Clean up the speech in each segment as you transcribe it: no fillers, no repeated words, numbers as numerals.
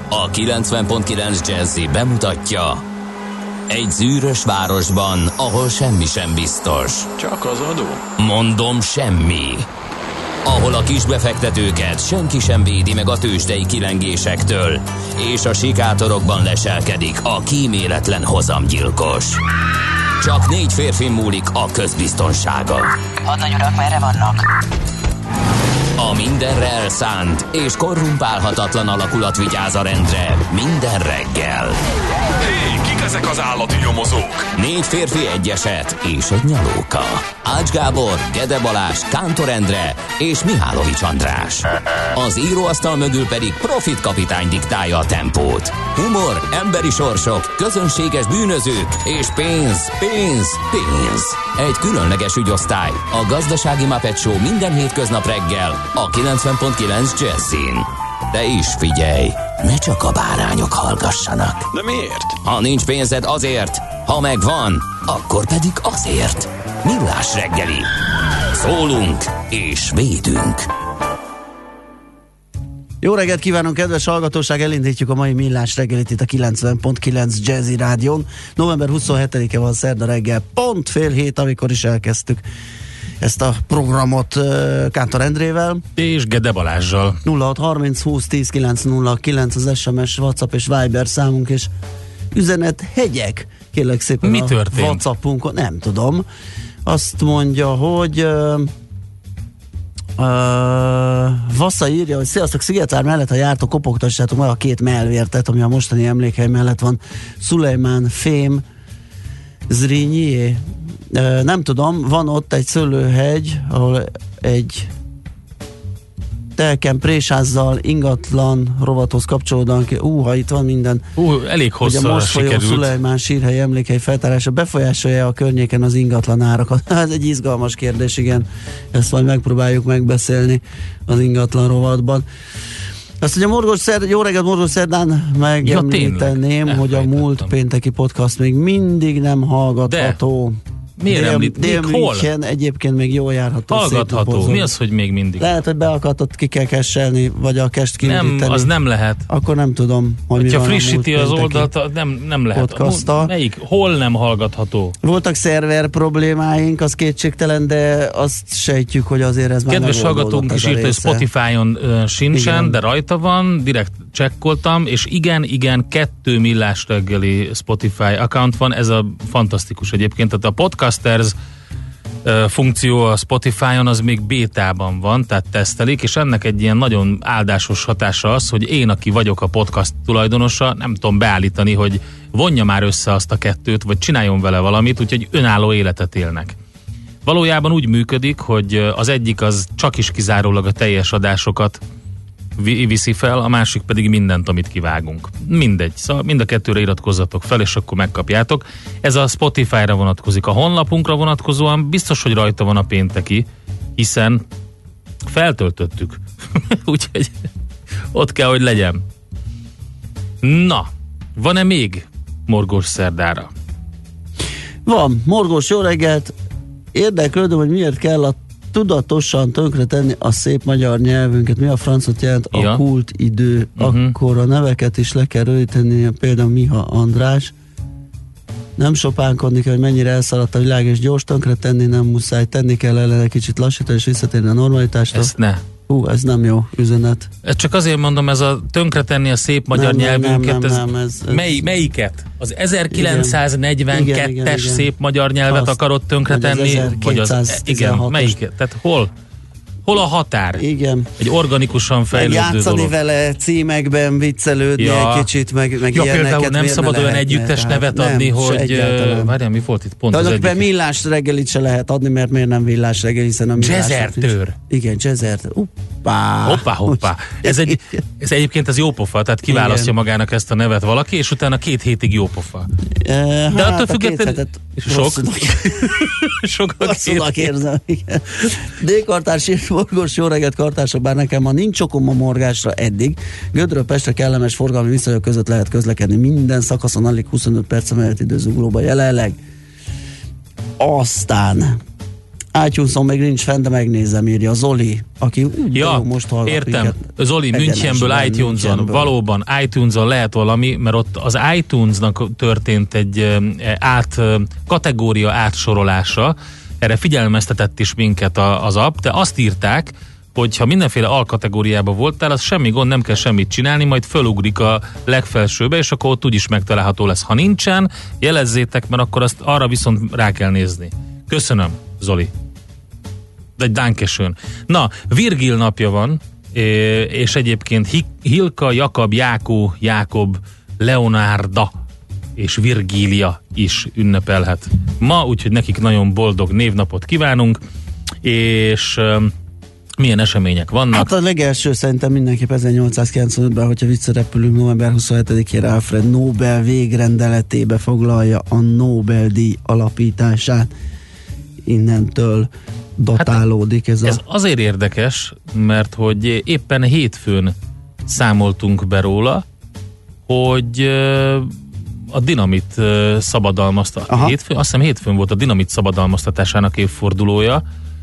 A 90.9 Jazzy bemutatja: egy zűrös városban, ahol semmi sem biztos. Csak az adó? Mondom, semmi. Ahol a kisbefektetőket senki sem védi meg a tőzsdei kilengésektől, és a sikátorokban leselkedik a kíméletlen hozamgyilkos. Csak 4 férfin múlik a közbiztonsága. Hadnagy urak, merre vannak? A mindenre elszánt és korrumpálhatatlan alakulat vigyáz a rendre minden reggel. Hé, kik ezek az állati nyomozók? 4 férfi, egy eset és egy nyalóka. Ács Gábor, Gede Balázs, Kántor Endre és Mihálovics András. Az íróasztal mögül pedig Profit kapitány diktálja a tempót. Humor, emberi sorsok, közönséges bűnözők és pénz, pénz, pénz. Egy különleges ügyosztály, a Gazdasági Muppet Show minden hétköznap reggel a 90.9 Jazzyn. De is figyelj, ne csak a bárányok hallgassanak. De miért? Ha nincs pénzed, azért, ha megvan, akkor pedig azért. Millás reggeli. Szólunk és védünk. Jó reggelt kívánunk, kedves hallgatóság! Elindítjuk a mai Millás reggelit itt a 90.9 Jazzy Rádión. November 27-e van, szerda reggel, pont fél hét, amikor is elkezdtük ezt a programot Kántor Endrével. És Gede Balázsral. 0630 20 10 909 az SMS, WhatsApp és Viber számunk, és üzenet hegyek. Kérlek szépen. Mi a történt? WhatsAppunkon, nem tudom. Azt mondja, hogy Vassza írja, hogy sziasztok, Szigetvár mellett, ha jártok, kopogtassátok meg a 2 mellvértet, ami a mostani emlékhely mellett van. Szulejmán Fém Zrínyié. Nem tudom, van ott egy szőlőhegy, ahol egy telken présázzal ingatlan rovathoz kapcsolódóan, ha itt van minden. Elég hosszú sikerült. Most folyó Szulejmán sírhely emlékhely feltárása befolyásolja a környéken az ingatlan árakat. Ez egy izgalmas kérdés, igen. Ezt majd megpróbáljuk megbeszélni az ingatlan rovatban. Azt mondja, jó reggelt, Morgos Szerdán megemlíteném, hogy a múlt pénteki podcast még mindig nem hallgatható. Miért említ? Hol? Egyébként még jól járható. Hallgatható. Mi az, hogy még mindig? Lehet, hogy beakadt, ki kell kesselni, vagy a kest kiüríteni. Nem, az nem lehet. Akkor nem tudom, hogy mi van. Ha frissíti az oldalt, nem lehet. Melyik? Hol nem hallgatható? Voltak szerver problémáink, az kétségtelen, de azt sejtjük, hogy azért ez már kedves hallgatónk is írta, hogy Spotify-on sincsen, igen, de rajta van, direkt csekkoltam, és igen, 2 Millás reggeli Spotify account van, ez a fantasztikus egyébként, tehát a Podcasters funkció a Spotify-on az még bétában van, tehát tesztelik, és ennek egy ilyen nagyon áldásos hatása az, hogy én, aki vagyok a podcast tulajdonosa, nem tudom beállítani, hogy vonja már össze azt a 2, vagy csináljon vele valamit, úgyhogy önálló életet élnek. Valójában úgy működik, hogy az egyik az csak is kizárólag a teljes adásokat viszi fel, a másik pedig mindent, amit kivágunk. Mindegy, szóval mind a 2-re iratkozzatok fel, és akkor megkapjátok. Ez a Spotify-ra vonatkozik. A honlapunkra vonatkozóan biztos, hogy rajta van a pénteki, hiszen feltöltöttük. Úgyhogy ott kell, hogy legyen. Na, van-e még Morgós szerdára? Van. Morgós, jó reggelt! Érdeklődöm, hogy miért kell a tudatosan tönkretenni a szép magyar nyelvünket. Mi a francot jelent a kult idő? Akkor a neveket is le kell rövidíteni, például Miha András. Nem sopánkodni kell, hogy mennyire elszaladt a világ, és gyors tönkretenni nem muszáj. Tenni kell ellene kicsit lassítani, és visszatérni a normalitásra. Ezt ne. Ez nem jó üzenet. Csak azért mondom, ez a tönkretenni a szép magyar nyelvünket. Melyiket? Az 1942-es szép magyar nyelvet akarod tönkretenni? Vagy az igen, melyiket? Tehát hol? Hol a határ? Igen. Egy organikusan fejlődő játszani dolog. Vele, címekben viccelődni egy kicsit, meg ilyeneket. Például nem szabad olyan együttes nevet adni, hogy... Várjál, mi volt itt pont de az egyik? Millás reggelit se lehet adni, mert miért nem villás reggel, hiszen a Jazzertőr. Igen, jazzertőr. Hoppá. Ez egyébként az jópofa, tehát kiválasztja magának ezt a nevet valaki, és utána 2 hétig jópofa. De attól függetlenül... Sokat érzem, igen. D-kartárs írt, Morgós, jó reggelt kartársak, bár nekem ma nincs okom a morgásra eddig. Gödről Pestre kellemes forgalmi viszonyok között lehet közlekedni. Minden szakaszon alig 25 perc mellett időzuglóba jelenleg. Aztán iTunes-on még nincs fenn, de megnézem, írja Zoli, aki úgy most hallgat értem. minket. Zoli, Münchenből, iTunes-on, valóban iTunes-on lehet valami, mert ott az iTunes-nak történt egy kategória átsorolása, erre figyelmeztetett is minket az app, de azt írták, hogy ha mindenféle alkategóriában voltál, az semmi gond, nem kell semmit csinálni, majd fölugrik a legfelsőbe, és akkor ott úgyis megtalálható lesz. Ha nincsen, jelezzétek, mert akkor azt arra viszont rá kell nézni. Köszönöm, Zoli. Egy Dankeschön. Na, Virgil napja van, és egyébként Hilka, Jakab, Jákó, Jákob, Leonarda és Virgília is ünnepelhet ma, úgyhogy nekik nagyon boldog névnapot kívánunk, és milyen események vannak? Hát a legelső szerintem mindenképp 1895-ben, hogyha visszarepülünk november 27-ére, Alfred Nobel végrendeletébe foglalja a Nobel-díj alapítását. Innentől datálódik ez azért érdekes, mert hogy éppen hétfőn számoltunk be róla, hogy a dinamit szabadalmaztatásának, azt hiszem hétfőn volt a dinamit szabadalmaztatásának évfordulója.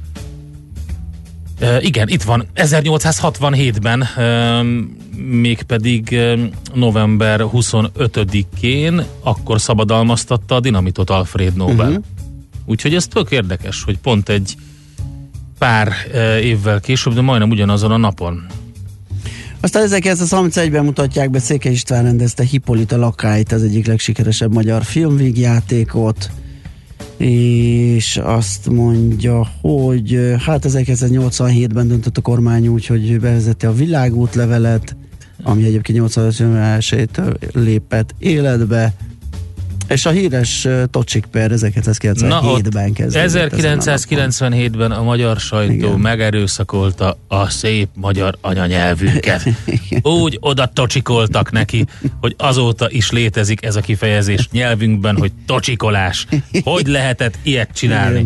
Igen, itt van, 1867-ben, mégpedig november 25-én akkor szabadalmaztatta a dinamitot Alfred Nobel. Úgyhogy ez tök érdekes, hogy pont egy pár évvel később, de majdnem ugyanazon a napon. Aztán 1931-ben mutatják be, Székely István rendezte Hippolyta lakályt, az egyik legsikeresebb magyar filmvígjátékot, és azt mondja, hogy hát 1987-ben döntött a kormány úgy, hogy bevezeti a világútlevelet, ami egyébként 85-től lépett életbe, és a híres Tocsik per 1997-ben kezdődött. 1997-ben a magyar sajtó megerőszakolta a szép magyar anyanyelvünket. Úgy oda tocsikoltak neki, hogy azóta is létezik ez a kifejezés nyelvünkben, hogy tocsikolás. Hogy lehetett ilyet csinálni?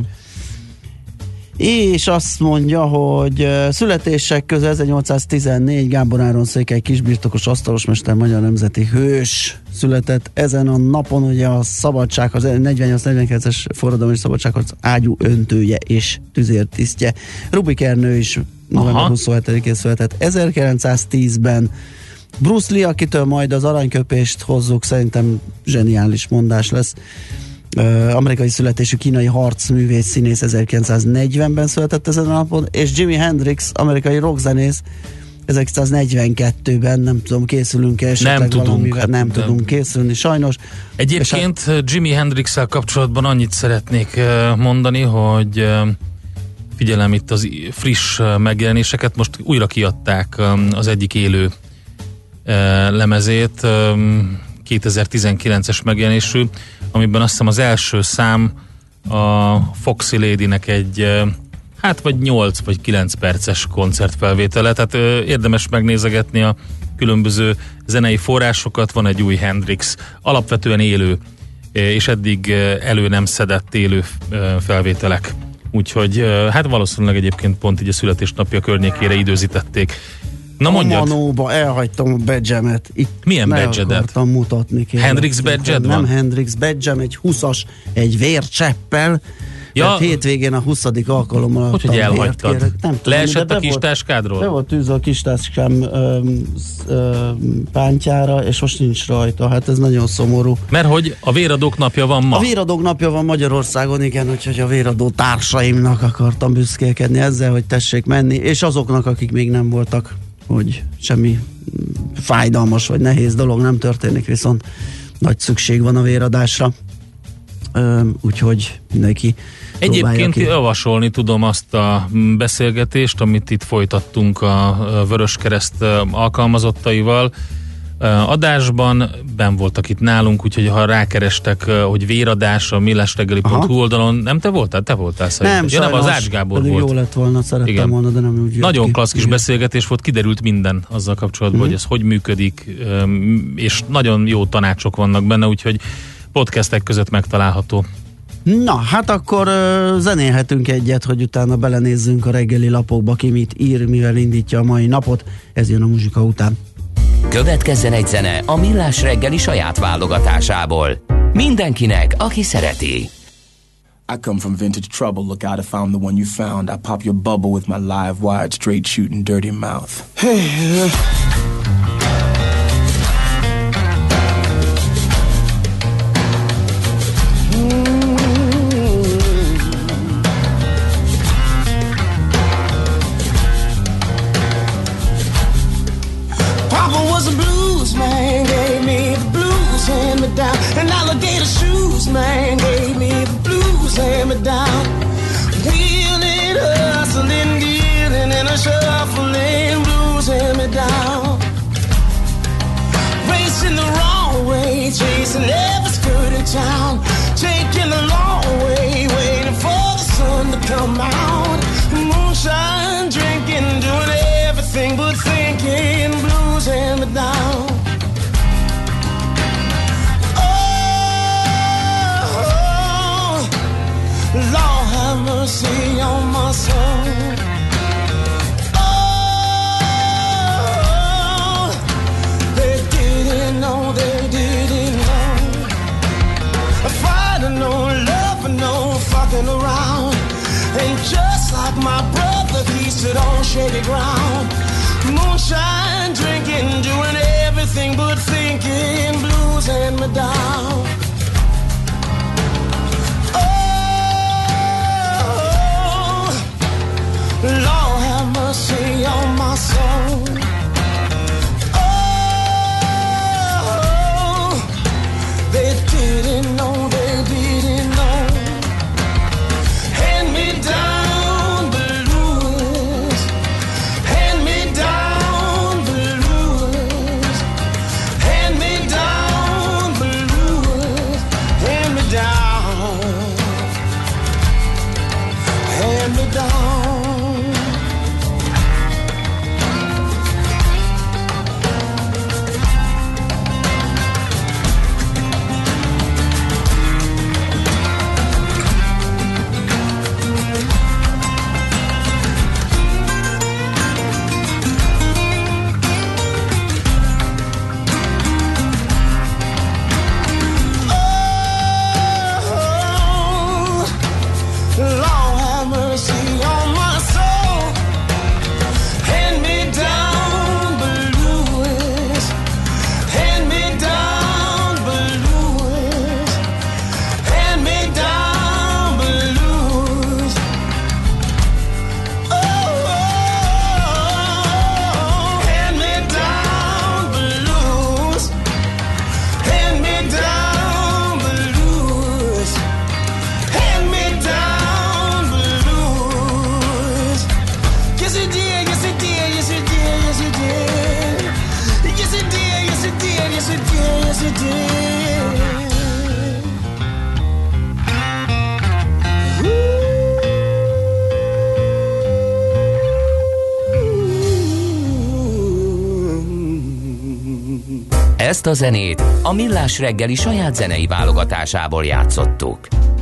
És azt mondja, hogy születések közül 1814 Gábor Áron székely kisbirtokos asztalosmester, magyar nemzeti hős született ezen a napon, ugye a szabadság, az 48-49-es forradalmi szabadságharc ágyú öntője és tüzértisztje. Rubik Ernő is november 27-én született 1910-ben. Bruce Lee, akitől majd az aranyköpést hozzuk, szerintem zseniális mondás lesz. Amerikai születésű kínai harcművész színész 1940-ben született ezen a napon, és Jimi Hendrix, amerikai rockzenész 1942-ben, nem tudom, készülünk-e esetleg valamivel, nem tudunk készülni, sajnos. Egyébként Jimi Hendrix-szel kapcsolatban annyit szeretnék mondani, hogy figyelem itt az friss megjelenéseket, most újra kiadták az egyik élő lemezét, 2019-es megjelenésű, amiben azt hiszem az első szám a Foxy Lady-nek egy vagy 8 vagy 9 perces koncertfelvétele, tehát érdemes megnézegetni a különböző zenei forrásokat, van egy új Hendrix, alapvetően élő, és eddig elő nem szedett élő felvételek. Úgyhogy hát valószínűleg egyébként pont így a születésnapja környékére időzítették. Na mondjad. Manóba elhagytam a badge-emet. Milyen badge-edet? Akartam mutatni. Hendrix badge-ed van? Nem Hendrix badge-em, egy 20-as, egy vércseppel. Ja. Hétvégén a 20. alkalommal. Hogy elhagytad? Leesett a kistáskádról? Be volt tűzve a kistáskám pántjára, és most nincs rajta. Hát ez nagyon szomorú. Mert hogy a véradók napja van ma. A véradók napja van Magyarországon, igen, úgyhogy a véradó társaimnak akartam büszkélkedni ezzel, hogy tessék menni, és azoknak, akik még nem voltak, hogy semmi fájdalmas vagy nehéz dolog nem történik, viszont nagy szükség van a véradásra. Úgyhogy mindenki egyébként javasolni tudom azt a beszélgetést, amit itt folytattunk a Vöröskereszt alkalmazottaival adásban, benn voltak itt nálunk, úgyhogy ha rákerestek, hogy véradás a millásreggeli.hu oldalon, nem te voltál? Te voltál szerintem. Nem, sajnos, az Ács Gábor volt. Jó lett volna, szerettem igen. volna, de nem úgy. Nagyon klassz kis beszélgetés volt, kiderült minden azzal kapcsolatban, hogy ez hogy működik, és nagyon jó tanácsok vannak benne, úgyhogy podcastek között megtalálható. Na, hát akkor zenélhetünk egyet, hogy utána belenézzünk a reggeli lapokba, ki mit ír, mivel indítja a mai napot. Ez jön a muzsika után. Következzen egy zene a Millás reggeli saját válogatásából. Mindenkinek, aki szereti. I come from vintage trouble, look out, I found the one you found. I pop your bubble with my live wired, straight shooting, dirty mouth. Hey, Papa was a blues man, gave me the blues, hand me down. And alligator shoes, man, gave me the blues, hand me down. Wheeling, hustling, dealing, and a shuffling, blues, hand me down. Racing the wrong way, chasing every skirt in town. Taking the long way, waiting for the sun to come out. Moonshine, drinking, doing everything but thinking, blues, hand me down. Lord have mercy on my soul. Oh, they didn't know, they didn't know. Fighting, no love, no fucking around. And just like my brother, he stood on shaky ground. Moonshine, drinking, doing everything but thinking, blues, hand me down. Lord have mercy on my soul. Oh, they didn't know, they didn't know. Hand me down blues, hand me down blues, hand me down blues, hand me down, hand me down. Ezt a zenét a Millás reggeli saját zenei válogatásából játszottuk.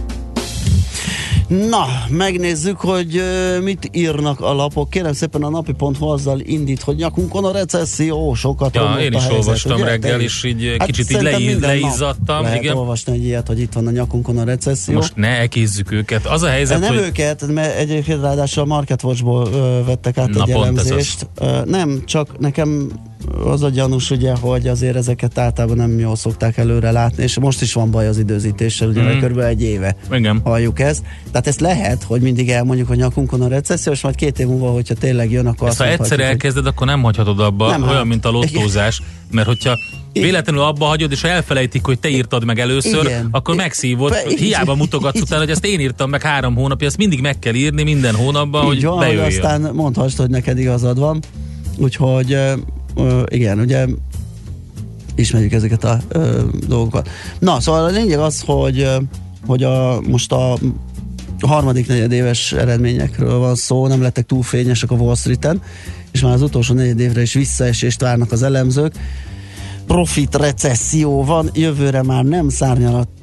Na, megnézzük, hogy mit írnak a lapok. Kérem szépen, a napi.hu azzal indít, hogy nyakunkon a recesszió, sokat romlott a helyzet. Én is olvastam reggel, és így kicsit így leizzadtam. Lehet igen. olvasni egy ilyet, hogy itt van a nyakunkon a recesszió. Most ne elkézzük őket. Az a helyzet, nem hogy... őket, mert egyébként ráadásul a Market Watchból vettek át egy elemzést. Nem, csak nekem az a gyanús, ugye, hogy azért ezeket általában nem jól szokták előre látni, és most is van baj az időzítéssel, ugye, mert körülbelül egy éve halljuk ezt. Tehát ezt lehet, hogy mindig elmondjuk, hogy nyakunkon a recesszió, és majd 2 év múlva, hogyha tényleg jön, akkor ezt ha egyszer elkezded, akkor nem hagyhatod abba, nem, olyan, mint a lottózás, mert hogyha véletlenül abba hagyod, és elfelejtik, hogy te írtad meg először, igen, akkor megszívod, hiába mutogatsz utána, hogy ezt én írtam meg 3 hónapja, ezt mindig meg kell írni minden hónapban, hogy van, bejöjjön. Aztán mondhassd, hogy neked igazad van. Úgyhogy igen, ugye ismerjük ezeket a dolgokat. Na, szóval a lényeg az, hogy most a harmadik negyedéves eredményekről van szó, nem lettek túl fényesek a Wall Streeten, és már az utolsó negyedévre is visszaesést várnak az elemzők. Profit recesszió van, jövőre már nem szárnyalat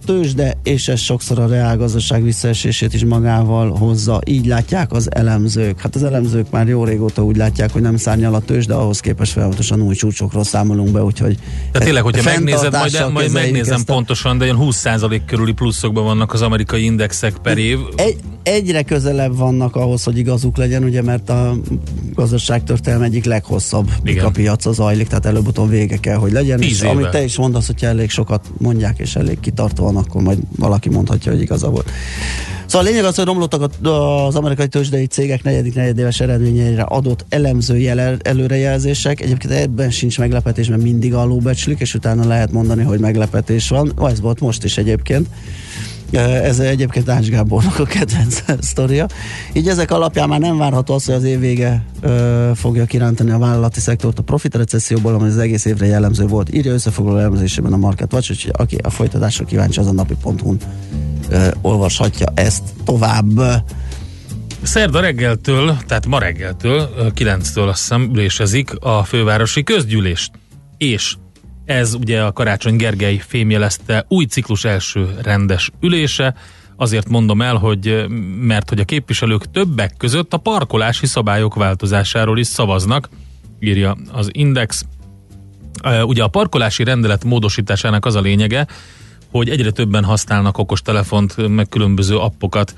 tőzsde, és ez sokszor a reálgazdaság visszaesését is magával hozza. Így látják az elemzők. Hát az elemzők már jó régóta úgy látják, hogy nem szárnyal a tőzsde, ahhoz képest folyamatosan új csúcsokról számolunk be, úgyhogy... Tehát tényleg, hogyha megnézed, majd megnézem pontosan, de olyan 20% körüli pluszokban vannak az amerikai indexek per év. Egyre közelebb vannak ahhoz, hogy igazuk legyen, ugye, mert a gazdaságtörténelem egyik leghosszabb piaca zajlik, tehát előbb-utóbb vége kell, hogy legyen. És amit te is mondasz, hogyha elég sokat mondják, és elég kitartóan, akkor majd valaki mondhatja, hogy igaza volt. Szóval a lényeg az, hogy romlottak az amerikai tőzsdei cégek negyedéves eredményeire adott elemzői előrejelzések. Egyébként ebben sincs meglepetés, mert mindig alulbecslik, és utána lehet mondani, hogy meglepetés van. Ez volt most is egyébként. Ez egyébként Ács Gábornak a kedvenc sztoria. Így ezek alapján már nem várható az, hogy az év vége fogja kirántani a vállalati szektort a profit recesszióból, ami az egész évre jellemző volt. Írja összefoglaló elemzésében a Market Watch, úgyhogy aki a folytatásra kíváncsi, az a napi.hu-n olvashatja ezt tovább. Szerda reggeltől, tehát ma reggeltől, 9-től azt hiszem ülésezik a fővárosi közgyűlés. És ez ugye a Karácsony Gergely fémjelezte új ciklus első rendes ülése. Azért mondom el, mert hogy a képviselők többek között a parkolási szabályok változásáról is szavaznak, írja az Index. Ugye a parkolási rendelet módosításának az a lényege, hogy egyre többen használnak okostelefont, meg különböző appokat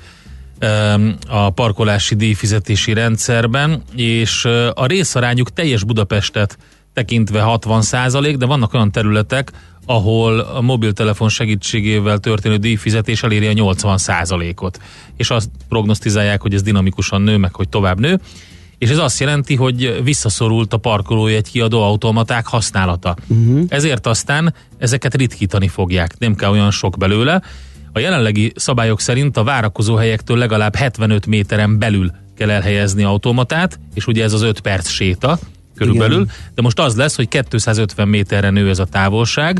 a parkolási díjfizetési rendszerben, és a részarányuk teljes Budapestet tekintve 60%, de vannak olyan területek, ahol a mobiltelefon segítségével történő díjfizetés eléri a 80%-ot. És azt prognosztizálják, hogy ez dinamikusan nő, meg hogy tovább nő. És ez azt jelenti, hogy visszaszorult a parkolójegy kiadó automaták használata. Ezért aztán ezeket ritkítani fogják, nem kell olyan sok belőle. A jelenlegi szabályok szerint a várakozóhelyektől legalább 75 méteren belül kell elhelyezni automatát, és ugye ez az 5 perc séta körülbelül, igen. De most az lesz, hogy 250 méterre nő ez a távolság,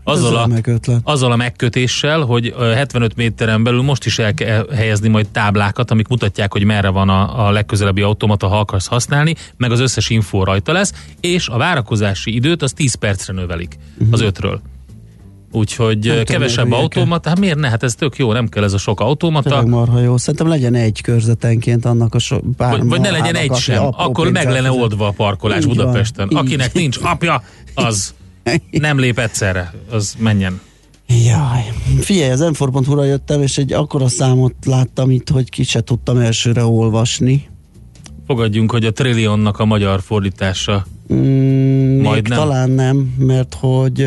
azzal a megkötéssel, hogy 75 méteren belül most is el kell helyezni majd táblákat, amik mutatják, hogy merre van a legközelebbi automata, ha akarsz használni, meg az összes infó rajta lesz, és a várakozási időt az 10 percre növelik az 5-ről. Úgyhogy nem kevesebb automata, hát miért ne? Hát ez tök jó, nem kell ez a sok automata. Tényleg marha jó. Szerintem legyen egy körzetenként annak a vagy ne legyen egy sem, akkor meg lenne oldva a parkolás így Budapesten. Van, akinek nincs apja, az nem lép egyszerre, az menjen. Jaj. Figyelj, az m4.hu-ra jöttem, és egy akkora számot láttam itt, hogy ki se tudtam elsőre olvasni. Fogadjunk, hogy a trillionnak a magyar fordítása még talán nem, mert hogy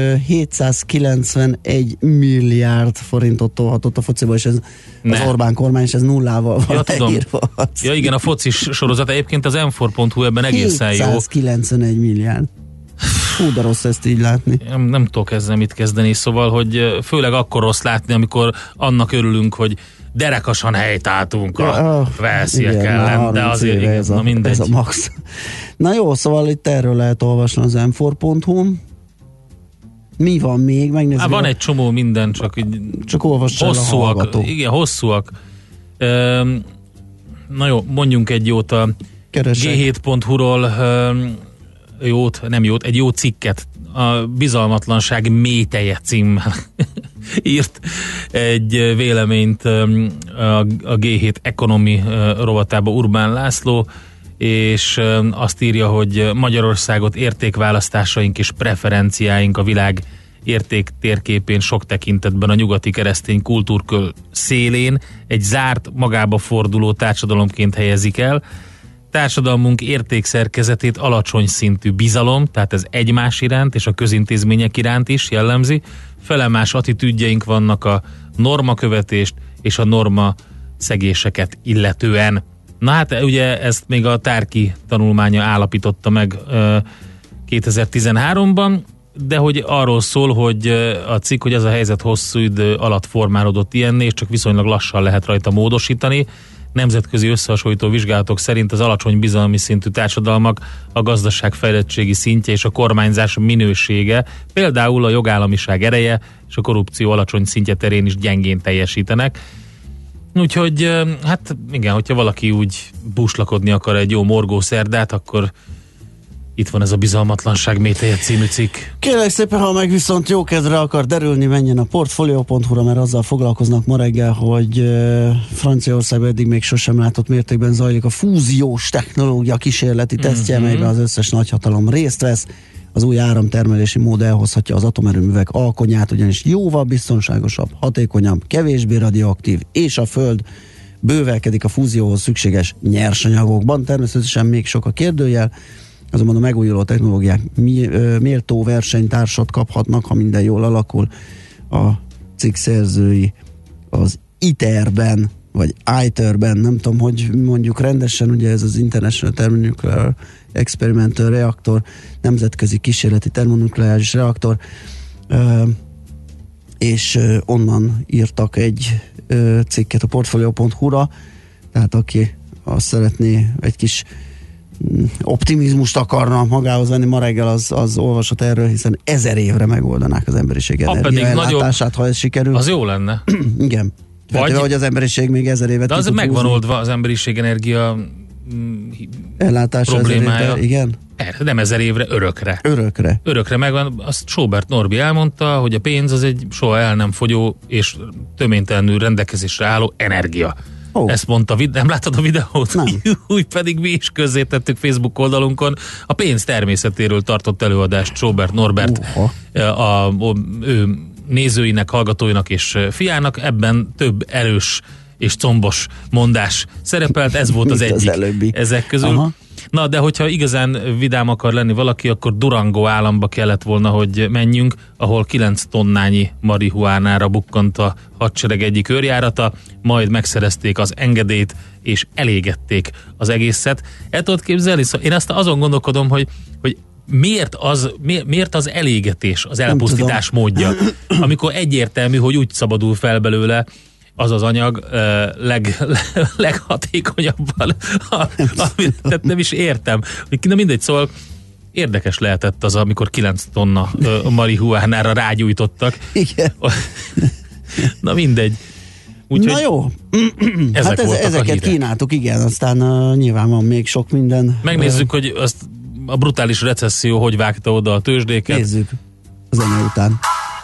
791 milliárd forintot tolhatott a fociba, és ez az Orbán kormány, és ez nullával van írva. Ja igen, a focis sorozat, egyébként az m4.hu ebben egészen jó. 791 milliárd. Hú, de rossz ezt így látni. Nem tudok ezzel mit kezdeni, szóval, hogy főleg akkor rossz látni, amikor annak örülünk, hogy derekasan helytáltunk a Velsziek ellen, de azért ez a max. Na jó, szóval itt erről lehet olvasni az m4.hu-n. Mi van még? Megnézzük. Van egy csomó minden, csak olvass el a hallgatók. Igen, hosszúak. Na jó, mondjunk egy jót a G7.hu-ról, egy jó cikket, a Bizalmatlanság mélyteje címmel írt egy véleményt a G7 Economy rovatába Urbán László, és azt írja, hogy Magyarországot értékválasztásaink és preferenciáink a világ érték térképén sok tekintetben a nyugati keresztény kultúrkör szélén egy zárt, magába forduló társadalomként helyezik el. Társadalmunk értékszerkezetét alacsony szintű bizalom, tehát ez egymás iránt és a közintézmények iránt is jellemzi. Felemás attitűdjeink vannak a normakövetést és a norma szegéseket illetően. Na hát ugye ezt még a Tárki tanulmánya állapította meg 2013-ban, de hogy arról szól, hogy a cikk, hogy ez a helyzet hosszú idő alatt formálódott ilyenné, és csak viszonylag lassan lehet rajta módosítani. Nemzetközi összehasonlító vizsgálatok szerint az alacsony bizalmi szintű társadalmak a gazdaság fejlettségi szintje és a kormányzás minősége, például a jogállamiság ereje és a korrupció alacsony szintje terén is gyengén teljesítenek. Úgyhogy hát igen, hogyha valaki úgy búslakodni akar egy jó morgó szerdát, akkor itt van ez a Bizalmatlanság méteje című cikk. Kérlek szépen, ha meg viszont jó kedvre akar derülni, menjen a Portfolio.hu-ra, mert azzal foglalkoznak ma reggel, hogy Franciaországban eddig még sosem látott mértékben zajlik a fúziós technológia kísérleti tesztje, melyben az összes nagyhatalom részt vesz. Az új áramtermelési mód elhozhatja az atomerőművek alkonyát, ugyanis jóval biztonságosabb, hatékonyabb, kevésbé radioaktív, és a Föld bővelkedik a fúzióhoz szükséges nyersanyagokban. Természetesen még sok a kérdőjel, azonban a megújuló technológiák méltó versenytársat kaphatnak, ha minden jól alakul. A cikk szerzői az ITER-ben, vagy ITER-ben, nem tudom, hogy mondjuk rendesen, ugye ez az International Thermonuclear Experimental Reactor, nemzetközi kísérleti termonukleáris reaktor, és onnan írtak egy cikket a Portfolio.hu-ra, tehát aki azt szeretné, egy kis optimizmust akarna magához venni ma reggel, az olvasott erről, hiszen 1000 évre megoldanák az emberiség energiaellátását, ha ez sikerül. Az jó lenne. Igen. Feltéve, hogy az emberiség még 1000 évet. De az megvan oldva az emberiség energia ellátása problémája. Igen? Nem 1000 évre, örökre. Örökre megvan. Azt Schobert Norbi elmondta, hogy a pénz az egy soha el nem fogyó és töménytelenül rendelkezésre álló energia. Ezt mondta, nem láttad a videót? Nem. Úgy pedig mi is közzétettük Facebook oldalunkon. A pénz természetéről tartott előadást Schobert Norbert ő nézőinek, hallgatóinak és fiának. Ebben több erős és combos mondás szerepelt, ez volt az egyik ezek közül. Aha. Na, de hogyha igazán vidám akar lenni valaki, akkor Durango államba kellett volna, hogy menjünk, ahol 9 tonnányi marihuánára bukkant a hadsereg egyik őrjárata, majd megszerezték az engedélyt, és elégették az egészet. El tudod képzelni? Szóval én azt azon gondolkodom, hogy miért az elégetés, az elpusztítás módja, amikor egyértelmű, hogy úgy szabadul fel belőle az az anyag leghatékonyabban, tehát nem is értem. Na mindegy, szóval érdekes lehetett az, amikor 9 tonna marihuánára rágyújtottak. Igen. Na mindegy. Úgyhogy na jó, hát ezeket kínáltuk, igen, aztán nyilván van még sok minden. Megnézzük, hogy azt a brutális recesszió hogy vágta oda a tőzsdéket. Nézzük a zene után.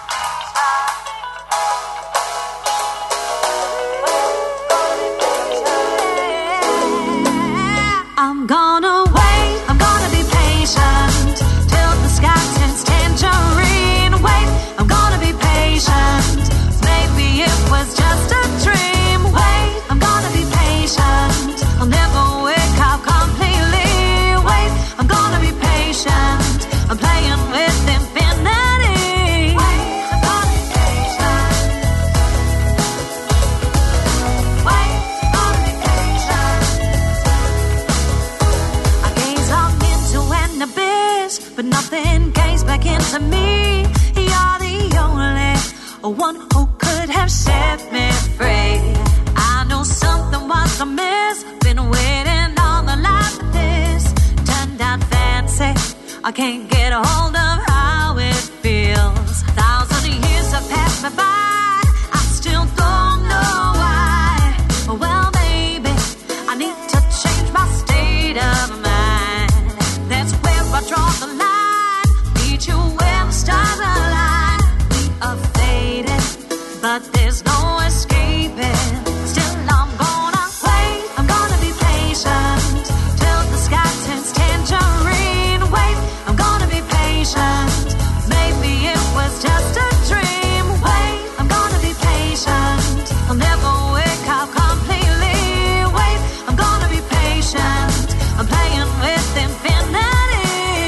One who could have set me free. I know something was amiss. Been waiting on the line for this. Turned out fancy. I can't get a hold of how it feels. 1,000 years have passed me by. I still don't know why. Well, maybe I need to change my state of mind. That's where I draw the line. Meet you where the stars align. We are faded, but there's no escaping. Still I'm gonna wait, I'm gonna be patient till the sky turns tangerine. Wait, I'm gonna be patient. Maybe it was just a dream. Wait, I'm gonna be patient. I'll never wake up completely. Wait, I'm gonna be patient. I'm playing with infinity.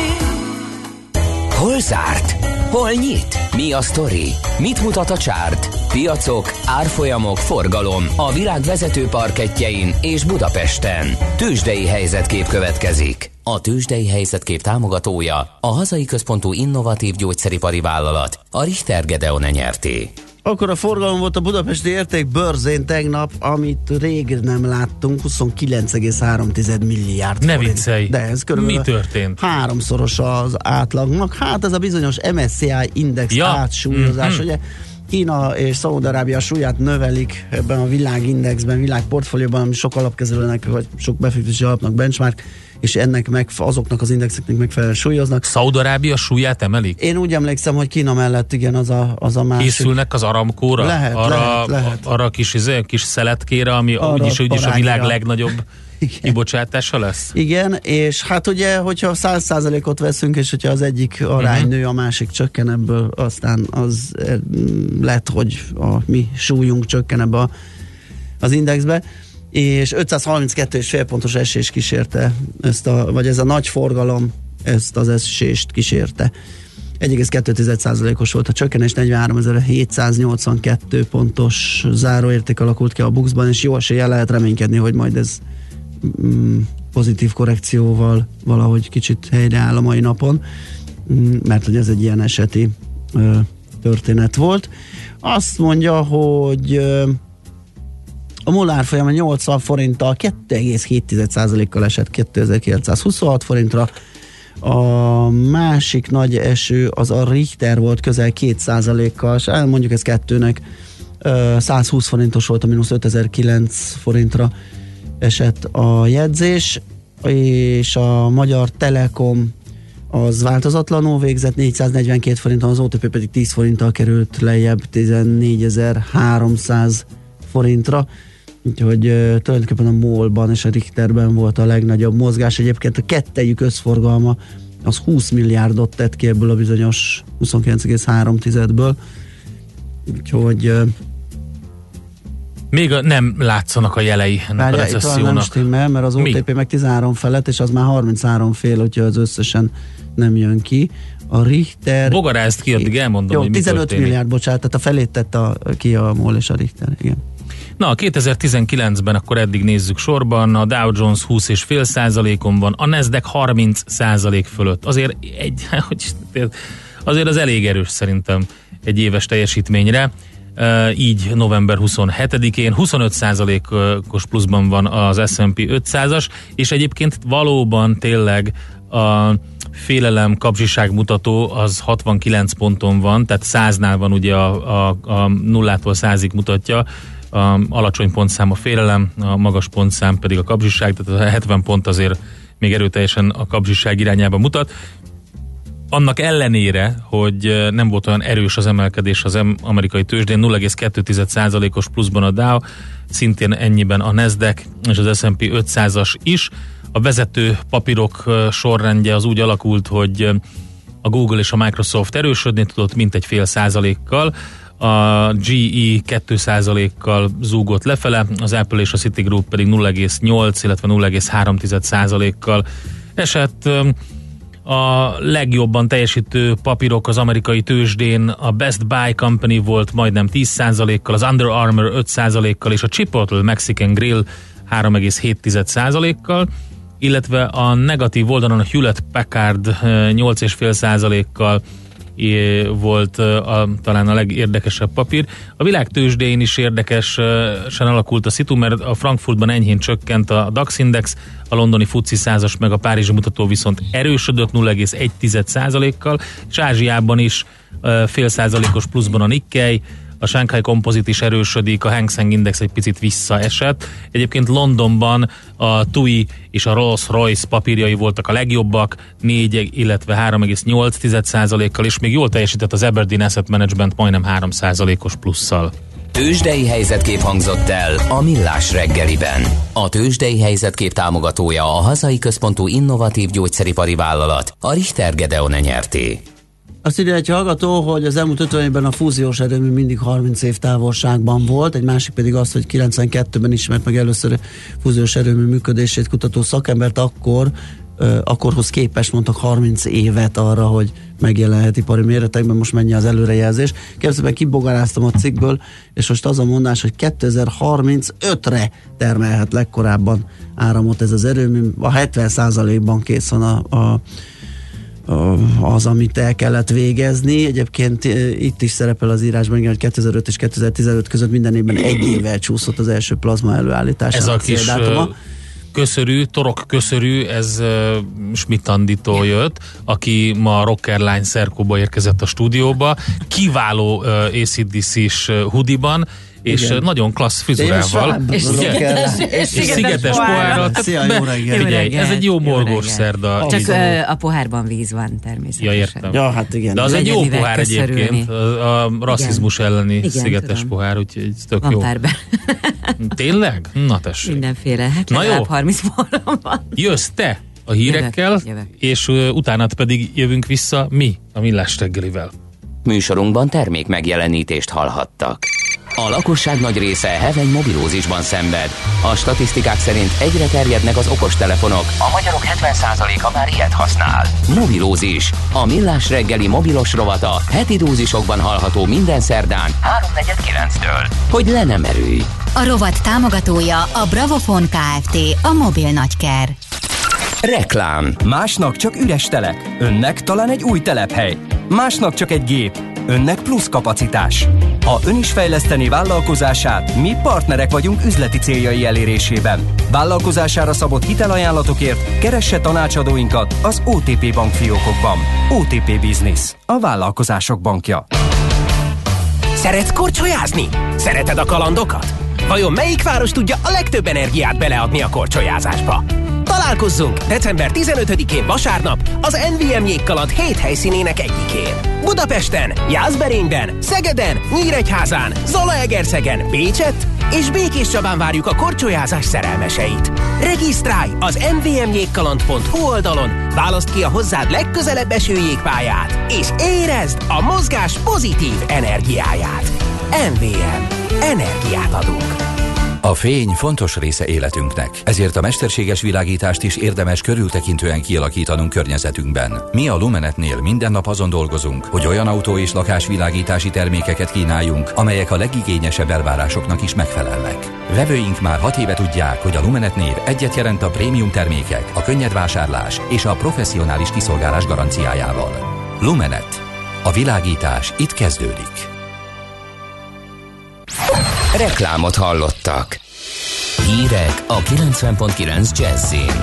Hol zárt? Hol nyit? Mi a sztori? Mit mutat a csárt? Piacok, árfolyamok, forgalom a világ vezető parkettjein és Budapesten. Tőzsdei helyzetkép következik. A Tőzsdei helyzetkép támogatója a hazai központú innovatív gyógyszeripari vállalat, a Richter Gedeon nyerté. Akkor a forgalom volt a budapesti értékbörzén tegnap, amit rég nem láttunk, 29,3 milliárd forint. Ne viccelj! De ez körülbelül mi történt? 3-szoros az átlagnak. Hát ez a bizonyos MSCI index átsúlyozás, ugye? Kína és Szaúd-Arábia súlyát növelik ebben a világindexben, világportfólióban, ami sok alapkezelőnek, vagy sok befektetési alapnak benchmark, és ennek azoknak az indexeknek megfelelően súlyoznak. Szaúd-Arábia súlyát emelik? Én úgy emlékszem, hogy Kína mellett igen, az a másik. Készülnek az Aramkóra? Lehet. Arra kis szeletkére, ami úgyis a világ legnagyobb kibocsátása lesz? Igen, és hát ugye, hogyha 100%-ot veszünk, és hogyha az egyik arány nő, a másik csökken ebből, aztán az lett, hogy a mi súlyunk csökken ebbe az indexbe, és 532,5 pontos esés kísérte vagy ez a nagy forgalom ezt az esést kísérte. 1,2%-os volt a csökkenés, 43.782 pontos záróérték alakult ki a BUX-ban, és jó eséllyel lehet reménykedni, hogy majd ez pozitív korrekcióval valahogy kicsit helyreáll a mai napon, mert hogy ez egy ilyen eseti történet volt. Azt mondja, hogy a MOL árfolyama 80 forinttal 2,7%-kal esett 2926 forintra. A másik nagy eső az a Richter volt, közel 2%-kal, és mondjuk ez kettőnek 120 forintos volt, a mínusz 5009 forintra esett a jegyzés, és a Magyar Telekom az változatlanul végzett 442 forinton, az OTP pedig 10 forinttal került lejjebb 14.300 forintra, úgyhogy tulajdonképpen a MOL-ban és a Richterben volt a legnagyobb mozgás. Egyébként a kettejük összforgalma az 20 milliárdot tett ki ebből a bizonyos 29,3-ből, úgyhogy még nem látszanak a jelei ennek a recessziónak. Nem stimmel, mert az OTP meg 13 felett, és az már 33 fél, úgyhogy az összesen nem jön ki. A Richter... Bogarázd ki, addig elmondom, hogy mi 15 történik. milliárd, bocsánat, tehát a felét tett ki a MOL és a Richter, igen. Na, 2019-ben akkor eddig nézzük sorban, a Dow Jones 20,5%-on van, a Nasdaq 30% fölött. Azért az elég erős szerintem egy éves teljesítményre. Így november 27-én 25%-os pluszban van az S&P 500-as, és egyébként valóban tényleg a félelem kapzsiság mutató az 69 ponton van, tehát 100-nál van ugye a 0-tól 100-ig mutatja, a alacsony pontszám a félelem, a magas pontszám pedig a kapzsiság, tehát a 70 pont azért még erőteljesen a kapzsiság irányába mutat. Annak ellenére, hogy nem volt olyan erős az emelkedés az amerikai tőzsdén, 0,2%-os pluszban a Dow, szintén ennyiben a Nasdaq és az S&P 500-as is. A vezető papírok sorrendje az úgy alakult, hogy a Google és a Microsoft erősödni tudott mintegy 0,5%-kal, a GE 2%-kal zúgott lefele, az Apple és a Citigroup pedig 0,8, illetve 0,3%-kal esett. A legjobban teljesítő papírok az amerikai tőzsdén a Best Buy Company volt majdnem 10%-kal, az Under Armour 5%-kal és a Chipotle Mexican Grill 3,7%-kal, illetve a negatív oldalon a Hewlett Packard 8,5%-kal volt talán a legérdekesebb papír. A világ tőzsdén is érdekesen alakult a szitu, mert a Frankfurtban enyhén csökkent a DAX index, a londoni FTSE 100-as meg a párizsi mutató viszont erősödött 0,1%-kal, és Ázsiában is 0,5%-os pluszban a Nikkei, a Shanghai Composite is erősödik, a Hang Seng Index egy picit visszaesett. Egyébként Londonban a TUI és a Rolls-Royce papírjai voltak a legjobbak, 4, illetve 3,8%-kal, és még jól teljesített az Aberdeen Asset Management majdnem 3%-os plusszal. Tőzsdei helyzetkép hangzott el a Millás reggeliben. A Tőzsdei helyzetkép támogatója a hazai központú innovatív gyógyszeripari vállalat, a Richter Gedeon nyerté. Azt írja egy hallgató, hogy az elmúlt 50 évben a fúziós erőmű mindig 30 év távolságban volt, egy másik pedig az, hogy 92-ben ismert meg először fúziós erőmű működését kutató szakembert, akkorhoz képest mondtak 30 évet arra, hogy megjelenhet ipari méretekben, most mennyi az előrejelzés. Képzelben kibogaráztam a cikkből, és most az a mondás, hogy 2035-re termelhet legkorábban áramot ez az erőmű, a 70%-ban kész van az, amit el kellett végezni. Egyébként itt is szerepel az írásban, hogy 2005 és 2015 között minden évben egy évvel csúszott az első plazma előállításának. Ez a kis Torok Köszörű, ez Schmidt Anditól jött, aki ma Rockerline Szerkóba érkezett a stúdióba, kiváló AC/DC-s hoodie-ban, és igen, nagyon klassz frizurával. És szigetes pohárral. Szia, jó reggel. Figyelj, ez egy jó morgós szerda. Csak a pohárban víz van természetesen. Ja, értem. Ja, hát igen. De az egy jó pohár egyébként, a rasszizmus elleni igen, szigetes tudom. Pohár, úgyhogy ez tök van jó. Párban. Tényleg? Na tessék. Mindenféle, hát legalább 30 forram van. Jössz te a hírekkel, jövök. És utána pedig jövünk vissza mi a Millás reggelivel. Műsorunkban termék megjelenítést hallhattak. A lakosság nagy része heveny mobilózisban szenved. A statisztikák szerint egyre terjednek az okostelefonok. A magyarok 70%-a már ilyet használ. Mobilózis. A Millás reggeli mobilos rovata heti dózisokban hallható minden szerdán 3:49-től. Hogy le nem erőj. A rovat támogatója a Bravofon Kft. A mobil nagyker. Reklám. Másnak csak üres telek, önnek talán egy új telephely. Másnak csak egy gép, önnek plusz kapacitás. Ha ön is fejlesztené vállalkozását, mi partnerek vagyunk üzleti céljai elérésében. Vállalkozására szabott hitelajánlatokért keresse tanácsadóinkat az OTP Bank fiókokban. OTP Business, a vállalkozások bankja. Szeretsz korcsolyázni? Szereted a kalandokat? Vajon melyik város tudja a legtöbb energiát beleadni a korcsolyázásba? Találkozzunk december 15-én vasárnap az NVM Jégkaland 7 helyszínének egyikén. Budapesten, Jászberényben, Szegeden, Nyíregyházán, Zalaegerszegen, Pécsett és Békéscsabán várjuk a korcsolyázás szerelmeseit. Regisztrálj az mvmjégkaland.hu oldalon, válaszd ki a hozzád legközelebb eső jégpályát, és érezd a mozgás pozitív energiáját. MVM. Energiát adunk. A fény fontos része életünknek, ezért a mesterséges világítást is érdemes körültekintően kialakítanunk környezetünkben. Mi a Lumenetnél minden nap azon dolgozunk, hogy olyan autó- és lakásvilágítási termékeket kínáljunk, amelyek a legigényesebb elvárásoknak is megfelelnek. Vevőink már 6 éve tudják, hogy a Lumenet név egyet jelent a prémium termékek, a könnyed vásárlás és a professzionális kiszolgálás garanciájával. Lumenet. A világítás itt kezdődik. Reklámot hallottak. Hírek a 90.9 Jazzin.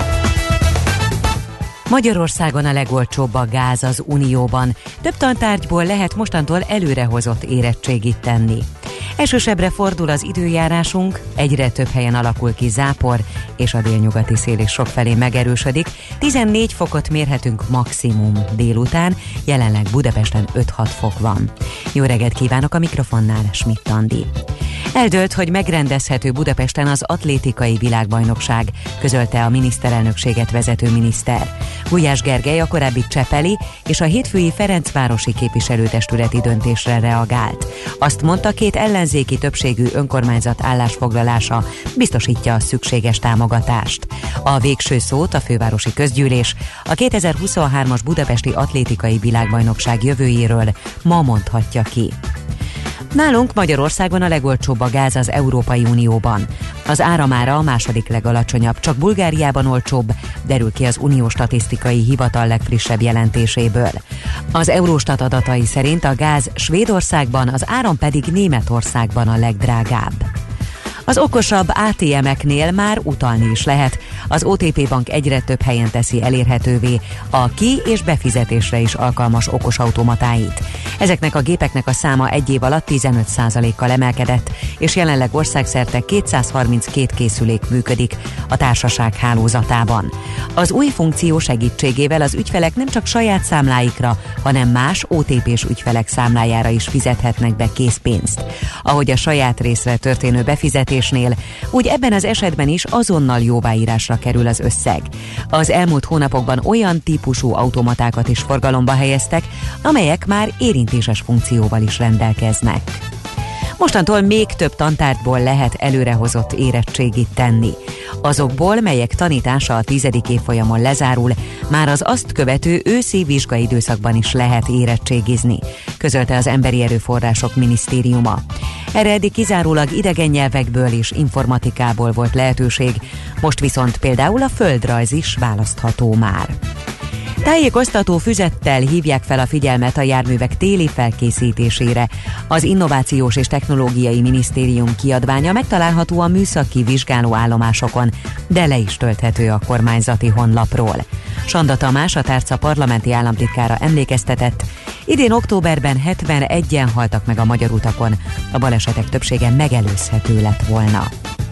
Magyarországon a legolcsóbb a gáz az Unióban. Több tantárgyból lehet mostantól előrehozott érettségit tenni. Esősebbre fordul az időjárásunk, egyre több helyen alakul ki zápor, és a délnyugati szél is sokfelé megerősödik. 14 fokot mérhetünk maximum délután, jelenleg Budapesten 5-6 fok van. Jó reggelt kívánok, a mikrofonnál Schmidt Andi. Eldőlt, hogy megrendezhető Budapesten az atlétikai világbajnokság, közölte a miniszterelnökséget vezető miniszter. Gulyás Gergely a korábbi csepeli és a hétfői Ferencvárosi képviselőtestületi döntésre reagált. Azt mondta, 2 ellenzéki többségű önkormányzat állásfoglalása biztosítja a szükséges támogatást. A végső szót a fővárosi közgyűlés a 2023-as budapesti atlétikai világbajnokság jövőjéről ma mondhatja ki. Nálunk Magyarországon a legolcsóbb a gáz az Európai Unióban. Az áramára a második legalacsonyabb, csak Bulgáriában olcsóbb, derül ki az Uniós Statisztikai Hivatal legfrissebb jelentéséből. Az Eurostat adatai szerint a gáz Svédországban, az áram pedig Németországban a legdrágább. Az okosabb ATM-eknél már utalni is lehet. Az OTP Bank egyre több helyen teszi elérhetővé a ki- és befizetésre is alkalmas okos automatáit. Ezeknek a gépeknek a száma egy év alatt 15%-kal emelkedett, és jelenleg országszerte 232 készülék működik a társaság hálózatában. Az új funkció segítségével az ügyfelek nem csak saját számláikra, hanem más OTP-s ügyfelek számlájára is fizethetnek be készpénzt. Ahogy a saját részre történő befizetésnél, úgy ebben az esetben is azonnal jóváírásra kerül az összeg. Az elmúlt hónapokban olyan típusú automatákat is forgalomba helyeztek, amelyek már érintéses funkcióval is rendelkeznek. Mostantól még több tantárgyból lehet előrehozott érettségit tenni. Azokból, melyek tanítása a 10. évfolyamon lezárul, már az azt követő őszi vizsgaidőszakban is lehet érettségizni, közölte az Emberi Erőforrások Minisztériuma. Erre eddig kizárólag idegen nyelvekből és informatikából volt lehetőség, most viszont például a földrajz is választható már. Tájékoztató füzettel hívják fel a figyelmet a járművek téli felkészítésére. Az Innovációs és Technológiai Minisztérium kiadványa megtalálható a műszaki vizsgálóállomásokon, de le is tölthető a kormányzati honlapról. Sanda Tamás, a tárca parlamenti államtitkára emlékeztetett, idén októberben 71-en haltak meg a magyar utakon, a balesetek többsége megelőzhető lett volna.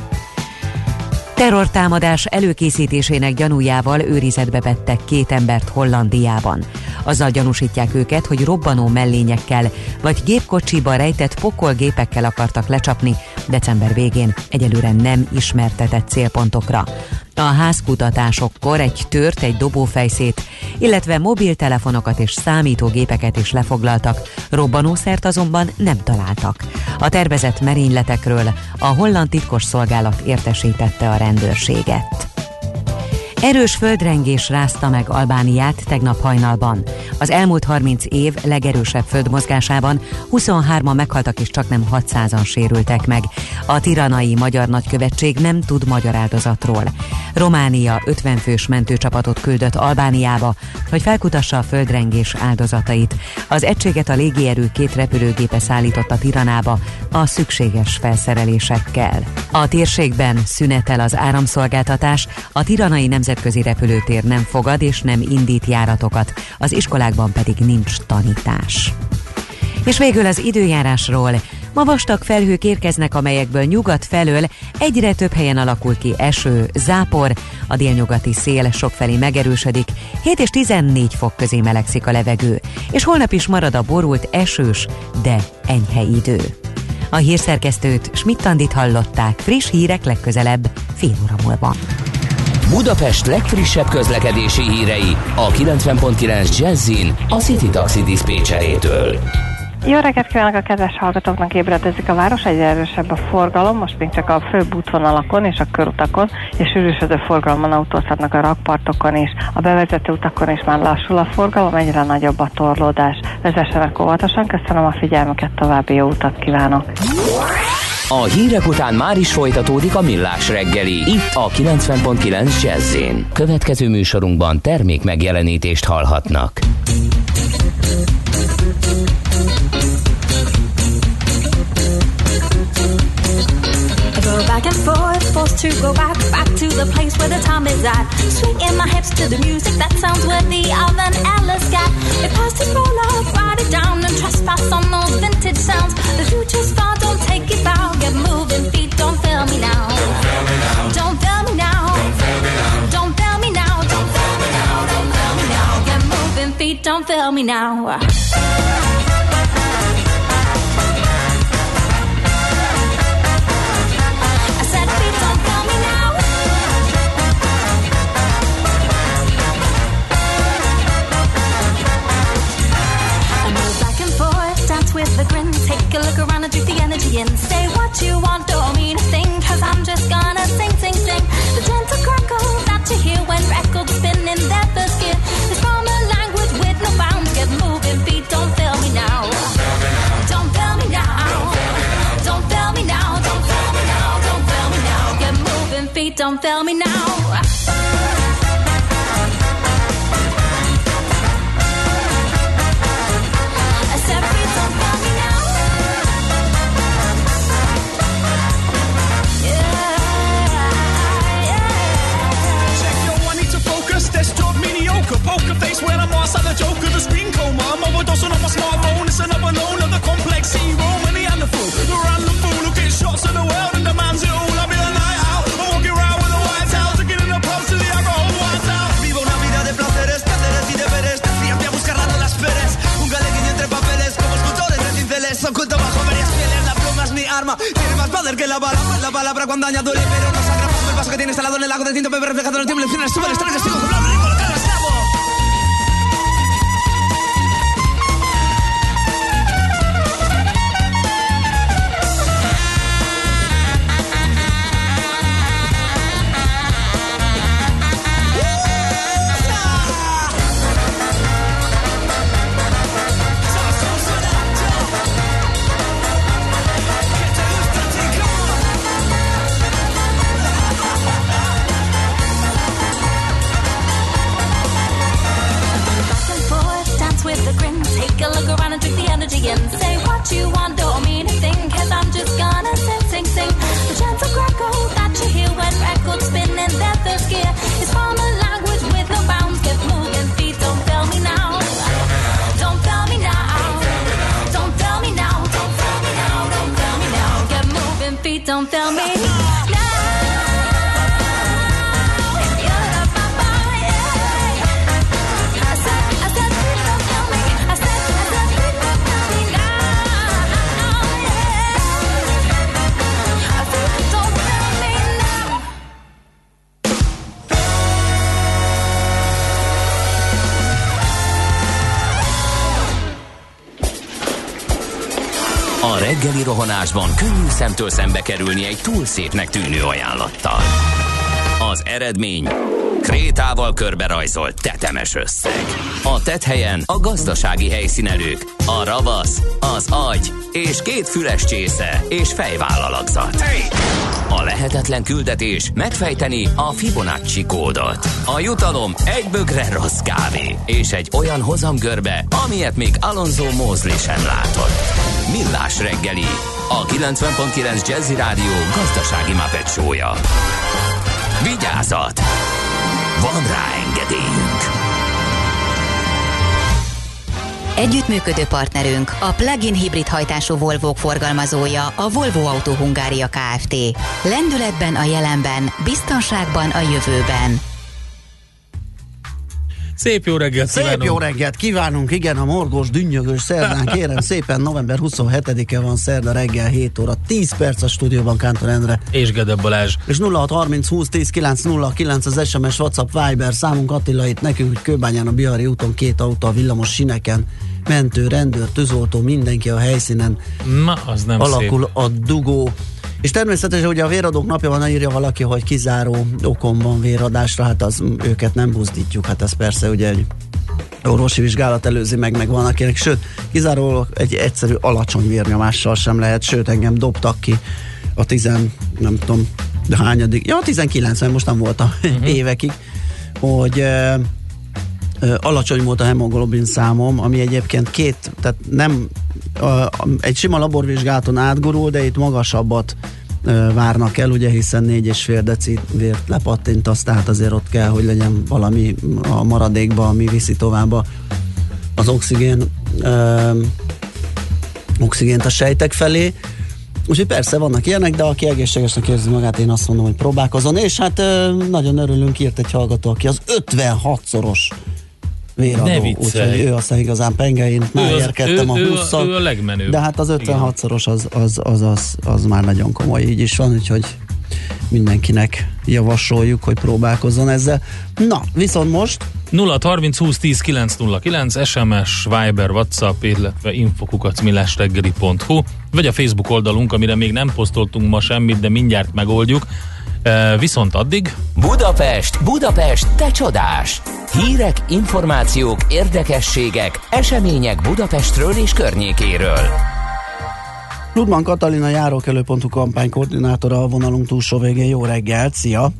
Terrortámadás előkészítésének gyanújával őrizetbe vettek 2 embert Hollandiában. Azzal gyanúsítják őket, hogy robbanó mellényekkel vagy gépkocsiba rejtett pokolgépekkel akartak lecsapni december végén egyelőre nem ismertetett célpontokra. A házkutatásokkor egy tört, egy dobófejszét, illetve mobiltelefonokat és számítógépeket is lefoglaltak, robbanószert azonban nem találtak. A tervezett merényletekről a holland titkosszolgálat értesítette a rendőrséget. Erős földrengés rázta meg Albániát tegnap hajnalban. Az elmúlt 30 év legerősebb földmozgásában 23-an meghaltak és csaknem 600-an sérültek meg. A tiranai magyar nagykövetség nem tud magyar áldozatról. Románia 50 fős mentőcsapatot küldött Albániába, hogy felkutassa a földrengés áldozatait. Az egységet a légierő 2 repülőgépe szállította Tiranába a szükséges felszerelésekkel. A térségben szünetel az áramszolgáltatás, a tiranai nemzetközi repülőtér nem fogad és nem indít járatokat, az iskolákban pedig nincs tanítás. És végül az időjárásról. Ma vastag felhők érkeznek, amelyekből nyugat felől egyre több helyen alakul ki eső, zápor, a délnyugati szél sokfelé megerősödik, 7 és 14 fok közé melegszik a levegő, és holnap is marad a borult, esős, de enyhe idő. A hírszerkesztőt, Schmidt-Andit hallották, friss hírek legközelebb fél óra múlva. Budapest legfrissebb közlekedési hírei a 90.9 Jazzin a City Taxi diszpécserétől. Jó reggelt kívánok a kedves hallgatóknak, ébredezik a város, egyre erősebb a forgalom, most még csak a főbb útvonalakon és a körutakon, és sűrűsödő forgalomban autózhatnak a rakpartokon is, a bevezető utakon is már lassul a forgalom, egyre nagyobb a torlódás. Vezessenek óvatosan, köszönöm a figyelmüket, további jó utat kívánok! A hírek után már is folytatódik a Millás reggeli, itt a 90.9 Jazz-én. Következő műsorunkban termék megjelenítést hallhatnak. Go back and forth, forced to go back to the place where the time is at. Swinging my hips to the music that sounds worthy of an Alice cat. If past is roll up, write it down and trespass on those vintage sounds. The future's far, don't take it down. Get moving, feet, don't fail me now. Don't fail me now. Don't fail me now. Don't fail me now. Don't fail me now. Get moving, feet, don't fail me now. With a grin, take a look around and drink the energy in. Say what you want, don't mean a thing, cause I'm just gonna sing, sing, sing. The gentle crackle that you hear when records spin in their first gear is from a language with no bounds. Get moving, feet, don't fail me now. Don't fail me now. Don't fail me now. Don't fail me now. Don't fail me now. Get moving, feet, don't fail me now. Poker face when I'm outside the joke of the screen coma. I'm overdosing on my smartphone. It's another known of the complex zero. Many and the fool, the random fool who gets shots in the world and demands it all. I'll be a night out. I'm walking around with a white towel, drinking in the pubs till the alcohol whites out. Vivo una vida de placeres, placeres y deberes. Desfíate a buscar las esperes. Un galeguín entre papeles, como escultores de cinceles. Oculto bajo varias pieles, la pluma es mi arma. Tiene más poder que la bala. Pues la palabra cuando daña duele, pero no sangra. El paso que tiene instalado en el lago de tinto, bebé reflejado en el tiempo. Lecciones súper extrañas, sigo con la tell me no. A reggeli rohanásban könnyű szemtől szembe kerülni egy túl szépnek tűnő ajánlattal. Az eredmény krétával körberajzolt tetemes összeg. A tetthelyen a gazdasági helyszínelők, a ravasz, az agy és 2 füles csésze és fejvállalakzat. A lehetetlen küldetés megfejteni a Fibonacci kódot. A jutalom egy bögre rossz kávé és egy olyan hozamgörbe, amilyet még Alonso Mosley sem látott. Millás reggeli, a 90.9 Jazzy Rádió gazdasági Muppet show-ja. Vigyázat! Van rá engedélyünk! Együttműködő partnerünk a plug-in hibrid hajtású Volvo forgalmazója, a Volvo Autó Hungária Kft. Lendületben a jelenben, biztonságban a jövőben. Szép jó reggelt kívánunk! Szép jó reggelt kívánunk, igen, a morgós, dünnyögős szerdán, kérem szépen, november 27-e van, szerda reggel 7 óra, 10 perc a stúdióban Kántor Endre. És Gede Balázs. És 0630 20 10 909 az SMS, WhatsApp, Viber számunk. Attila itt nekünk, hogy Kőbányán a Bihari úton 2 autó a villamos sineken, mentő, rendőr, tűzoltó, mindenki a helyszínen. Na, az nem alakul szép. A dugó. És természetesen ugye a véradók napja van, írja valaki, hogy kizáró okon van véradásra, hát az őket nem buzdítjuk, hát ez persze ugye egy orvosi vizsgálat előzi meg van akinek, sőt, kizárólag egy egyszerű alacsony vérnyomással sem lehet, sőt, engem dobtak ki a nem tudom, de hányadik, 19, most nem volt a évekig, hogy alacsony volt a hemoglobin számom, ami egyébként tehát nem egy sima laborvizsgálaton átgurul, de itt magasabbat várnak el, ugye, hiszen 4,5 deci vért lepattintasz, tehát azért ott kell, hogy legyen valami a maradékba, ami viszi tovább az oxigént a sejtek felé. Úgyhogy persze vannak ilyenek, de aki egészségesnek érzi magát, én azt mondom, hogy próbálkozon. És hát nagyon örülünk, írt egy hallgató, aki az 56-szoros véradó, úgyhogy ő aztán igazán penge, én már érkedtem a 20-szal. Ő a legmenőbb. De hát az 56-szoros az már nagyon komoly, így is van, úgyhogy mindenkinek javasoljuk, hogy próbálkozzon ezzel. Na, viszont most 0630 20 10 909 SMS, Viber, WhatsApp, illetve info@millásreggeli.hu, vagy a Facebook oldalunk, amire még nem posztoltunk ma semmit, de mindjárt megoldjuk. Viszont addig Budapest, te csodás! Hírek, információk, érdekességek, események Budapestről és környékéről. Ludman Katalin, a járókelő.hu kampánykoordinátora a vonalunk túlsó végén. Jó reggelt, szia!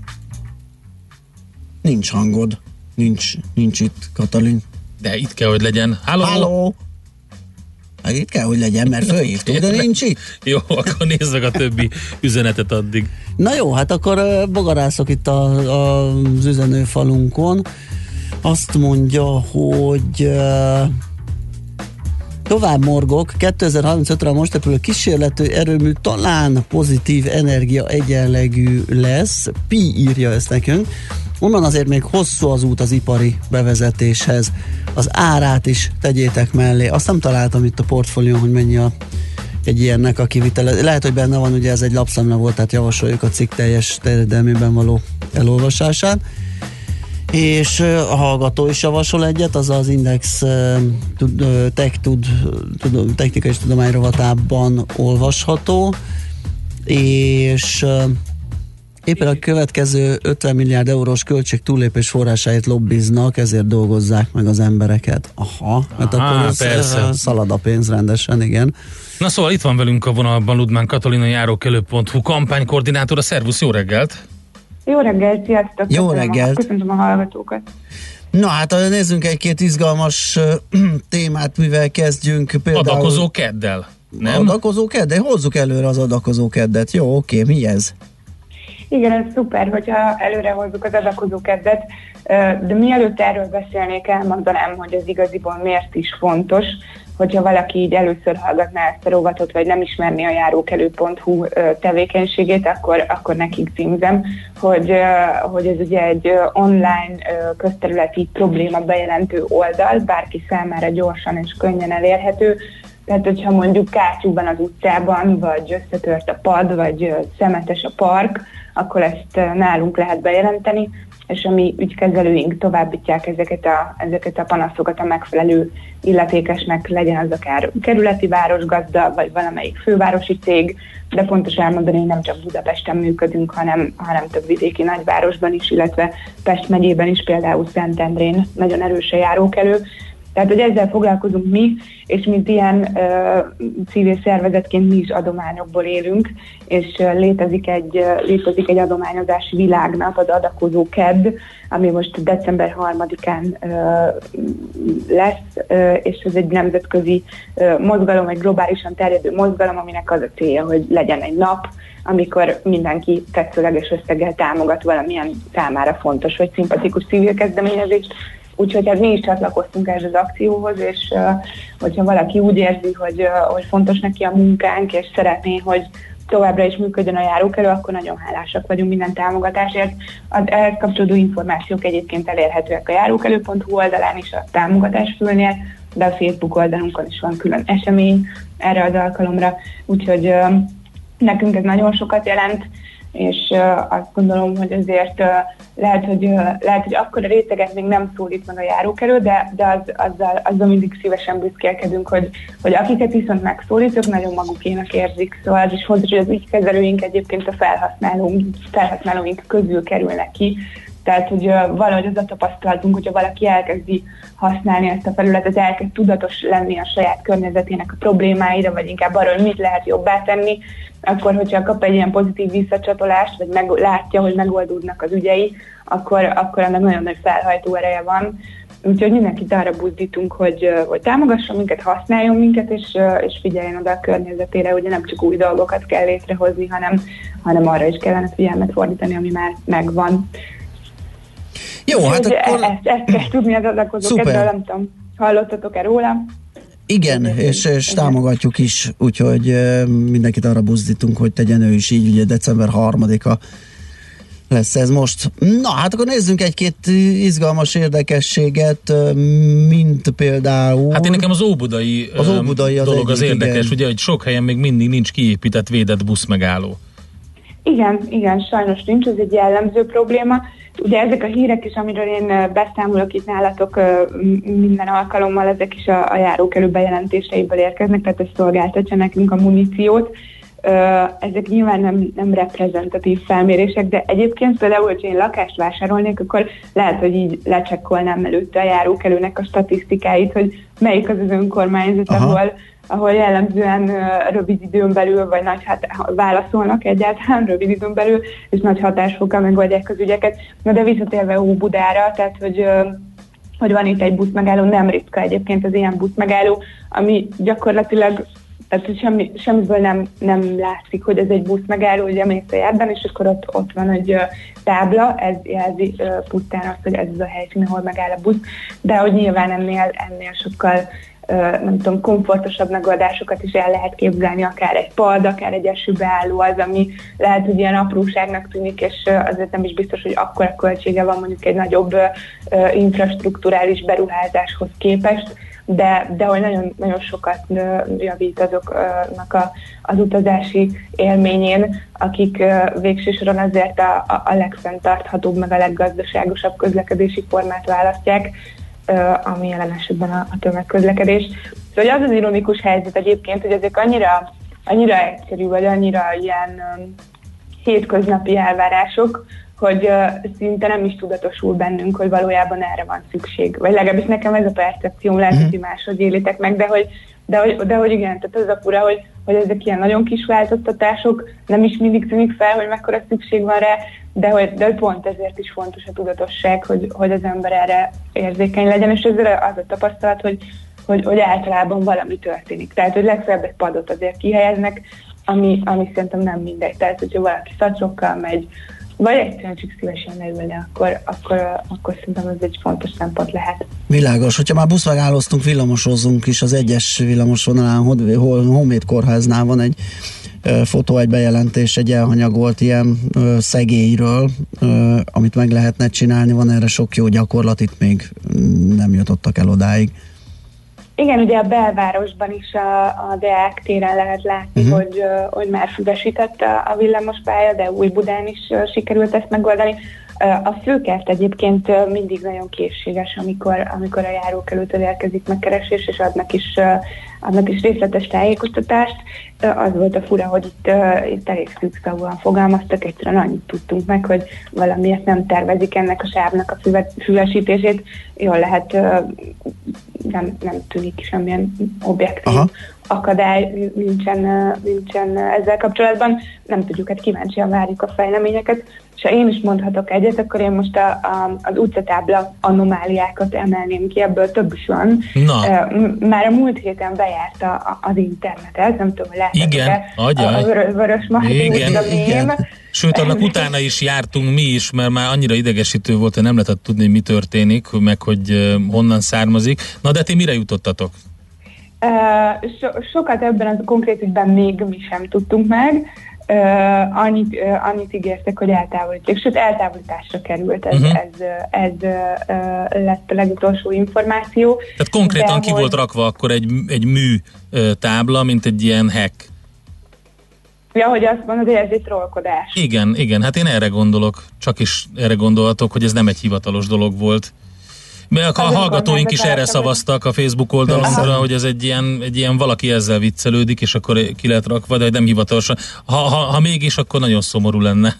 Nincs hangod, nincs itt, Katalin. De itt kell, hogy legyen. Halló! Hát itt kell, hogy legyen, mert fölhívtuk, de nincs itt. Jó, akkor nézd meg a többi üzenetet addig. Na jó, hát akkor bogarászok itt az üzenőfalunkon. Azt mondja, hogy tovább morgok, 2035-re a most épülő kísérletű erőmű talán pozitív energia egyenlegű lesz. Pi írja ezt nekünk. Onnan azért még hosszú az út az ipari bevezetéshez. Az árát is tegyétek mellé. Azt nem találtam itt a portfólión, hogy mennyi egy ilyennek a kivitele. Lehet, hogy benne van, ugye ez egy lapszemle volt, tehát javasoljuk a cikk teljes terjedelmében való elolvasását. És a hallgató is javasol egyet, az az Index technikai és tudomány rovatában olvasható, és éppen a következő 50 milliárd eurós költség túllépés forrásáit lobbiznak, ezért dolgozzák meg az embereket. Aha, hát akkor szalad a pénz rendesen, igen. Na szóval itt van velünk a vonalban Ludman Katalin, a járókelő.hu kampánykoordinátora. Szervusz, jó reggelt! Jó reggelt, sziasztok! Jó reggelt! Köszöntöm a hallgatókat! Na hát nézzünk egy-két izgalmas témát, mivel kezdjünk. Például adakozó keddel, nem? Adakozó keddel? Hozzuk előre az adakozó keddet. Jó, oké, mi ez? Igen, ez szuper, hogyha előre hozzuk az adakozó keddet, de mielőtt erről beszélnék, elmondanám, hogy ez igaziból miért is fontos. hogyha valaki így először hallgatná ezt a rovatot, vagy nem ismerné a járókelő.hu tevékenységét, akkor nekik címzem, hogy ez ugye egy online közterületi probléma bejelentő oldal, bárki számára gyorsan és könnyen elérhető. Tehát, hogyha mondjuk kátyú van az utcában, vagy összetört a pad, vagy szemetes a park, akkor ezt nálunk lehet bejelenteni, és a mi ügykezelőink továbbítják ezeket a panaszokat a megfelelő illetékesnek, legyen az akár kerületi városgazda, vagy valamelyik fővárosi cég, de fontos elmondani, hogy nem csak Budapesten működünk, hanem több vidéki nagyvárosban is, illetve Pest megyében is, például Szentendrén nagyon erős a járókelő. Tehát, hogy ezzel foglalkozunk mi, és mint ilyen civil szervezetként mi is adományokból élünk, és létezik egy adományozási világnap, az Adakozó Kedd, ami most december 3-án lesz, és ez egy nemzetközi mozgalom, egy globálisan terjedő mozgalom, aminek az a célja, hogy legyen egy nap, amikor mindenki tetszőleges összeggel támogat valamilyen számára fontos vagy szimpatikus civil kezdeményezést. Úgyhogy hát mi is csatlakoztunk ehhez az akcióhoz, és hogyha valaki úgy érzi, hogy fontos neki a munkánk, és szeretné, hogy továbbra is működjön a járókelő, akkor nagyon hálásak vagyunk minden támogatásért. Az ehhez kapcsolódó információk egyébként elérhetőek a járókelő.hu oldalán is, a támogatásfülnél, de a Facebook oldalunkon is van külön esemény erre az alkalomra. Úgyhogy nekünk ez nagyon sokat jelent, és azt gondolom, hogy azért lehet, hogy akkor a réteget még nem szólít meg a járókelő, de azzal mindig szívesen büszkélkedünk, hogy akiket viszont megszólítok, nagyon magukénak érzik. Szóval az is fontos, hogy az ügykezelőink egyébként a felhasználóink közül kerülnek ki. Tehát, hogy valahogy az a tapasztalatunk, hogyha valaki elkezdi használni ezt a felületet, elkezd tudatos lenni a saját környezetének a problémáira, vagy inkább arról, hogy mit lehet jobbá tenni, akkor, hogyha kap egy ilyen pozitív visszacsatolást, vagy látja, hogy megoldódnak az ügyei, akkor annak nagyon nagy felhajtó ereje van. Úgyhogy mindenkit arra buzdítunk, hogy támogasson minket, használjon minket, és figyeljen oda a környezetére, ugye nem csak új dolgokat kell létrehozni, hanem arra is kellene figyelmet fordítani, ami már megvan. Jó, hát akkor... Ezt kell tudni az adakozókedről, nem tudom, hallottatok-e róla? Igen, és támogatjuk is, úgyhogy mindenkit arra buzdítunk, hogy tegyen ő is így, ugye december 3-a lesz ez most. Na, hát akkor nézzünk egy-két izgalmas érdekességet, mint például... Hát én nekem az óbudai dolog az érdekes, igen. Ugye, hogy sok helyen még mindig nincs kiépített védett buszmegálló. Igen, sajnos nincs, ez egy jellemző probléma. Ugye ezek a hírek is, amiről én beszámolok itt nálatok minden alkalommal, ezek is a járókelő bejelentéseiből érkeznek, tehát ez szolgáltatja nekünk a muníciót. Ezek nyilván nem reprezentatív felmérések, de egyébként például, hogy én lakást vásárolnék, akkor lehet, hogy így lecsekkolnám előtte a járókelőnek a statisztikáit, hogy melyik az önkormányzat, ahol jellemzően rövid időn belül, vagy válaszolnak egyáltalán rövid időn belül, és nagy hatásfokkal megoldják az ügyeket. Na de visszatérve Óbudára, tehát hogy van itt egy buszmegálló, nem ritka egyébként az ilyen buszmegálló, ami gyakorlatilag, tehát hogy semmiből nem látszik, hogy ez egy buszmegálló, ugye mész a járdan, és akkor ott van egy tábla, ez jelzi pusztán azt, hogy ez az a helyszín, ahol megáll a busz, de hogy nyilván ennél sokkal nem tudom, komfortosabb megoldásokat is el lehet képzelni, akár egy pad, akár egy esőbeálló az, ami lehet, hogy ilyen apróságnak tűnik, és azért nem is biztos, hogy akkora költsége van mondjuk egy nagyobb infrastrukturális beruházáshoz képest, de hogy nagyon, nagyon sokat javít azoknak az utazási élményén, akik végső soron azért a legfenntarthatóbb, meg a leggazdaságosabb közlekedési formát választják, ami jelen esetben a tömegközlekedés. Szóval az ironikus helyzet egyébként, hogy ezek annyira egyszerű, vagy annyira ilyen hétköznapi elvárások, hogy szinte nem is tudatosul bennünk, hogy valójában erre van szükség. Vagy legalábbis nekem ez a percepcióm, lehet, hogy máshogy élitek meg, de hogy igen, tehát az a fura, hogy ezek ilyen nagyon kis változtatások, nem is mindig tűnik fel, hogy mekkora szükség van rá, de pont ezért is fontos a tudatosság, hogy az ember erre érzékeny legyen, és ezzel az a tapasztalat, hogy általában valami történik. Tehát, hogy legfeljebb egy padot azért kihelyeznek, ami szerintem nem mindegy. Tehát, hogyha valaki szacsrokkal megy, vagy egyszerűen csak szívesen leülni, akkor szerintem ez egy fontos szempont lehet. Világos, hogyha már buszmegállóztunk, villamosozzunk is, az 1-es villamosvonalán Honvéd kórháznál van egy fotó, egy bejelentés egy elhanyagolt ilyen szegélyről, amit meg lehetne csinálni, van erre sok jó gyakorlat, itt még nem jutottak el odáig. Igen, ugye a belvárosban is a Deák téren lehet látni, hogy már füvesített a villamospálya, de Újbudán is sikerült ezt megoldani. A főkert egyébként mindig nagyon készséges, amikor a járókelőtől érkezik megkeresés, és adnak is részletes tájékoztatást. Az volt a fura, hogy itt elég szűkszavúan fogalmaztak, egyszerűen annyit tudtunk meg, hogy valamiért nem tervezik ennek a sávnak a füvesítését. Jól lehet, nem tűnik semmilyen objektív akadály nincsen ezzel kapcsolatban. Nem tudjuk, hát kíváncsian várjuk a fejleményeket. És ha én is mondhatok egyet, akkor én most az utcatábla anomáliákat emelném ki, ebből több is van. Már a múlt héten bejárta az internetet, nem tudom, hogy látjátok-e a Vörösmarty utca. Sőt, annak utána is jártunk mi is, mert már annyira idegesítő volt, hogy nem lehetett tudni, mi történik, meg hogy honnan származik. Na, de ti mire jutottatok? Sokat ebben a konkrét ügyben még mi sem tudtunk meg. Annyit ígértek, hogy eltávolítják, sőt eltávolításra került, ez lett a legutolsó információ. Tehát konkrétan ki volt rakva akkor egy mű tábla, mint egy ilyen hack. Ja, hogy azt mondod, hogy ez egy trollkodás. Igen, hát én erre gondolok, csak is erre gondolhatok, hogy ez nem egy hivatalos dolog volt. Mert a hallgatóink is erre szavaztak a Facebook oldalunkra, hogy ez egy ilyen valaki ezzel viccelődik, és akkor ki lehet rakva, de nem hivatalosan. Ha mégis, akkor nagyon szomorú lenne.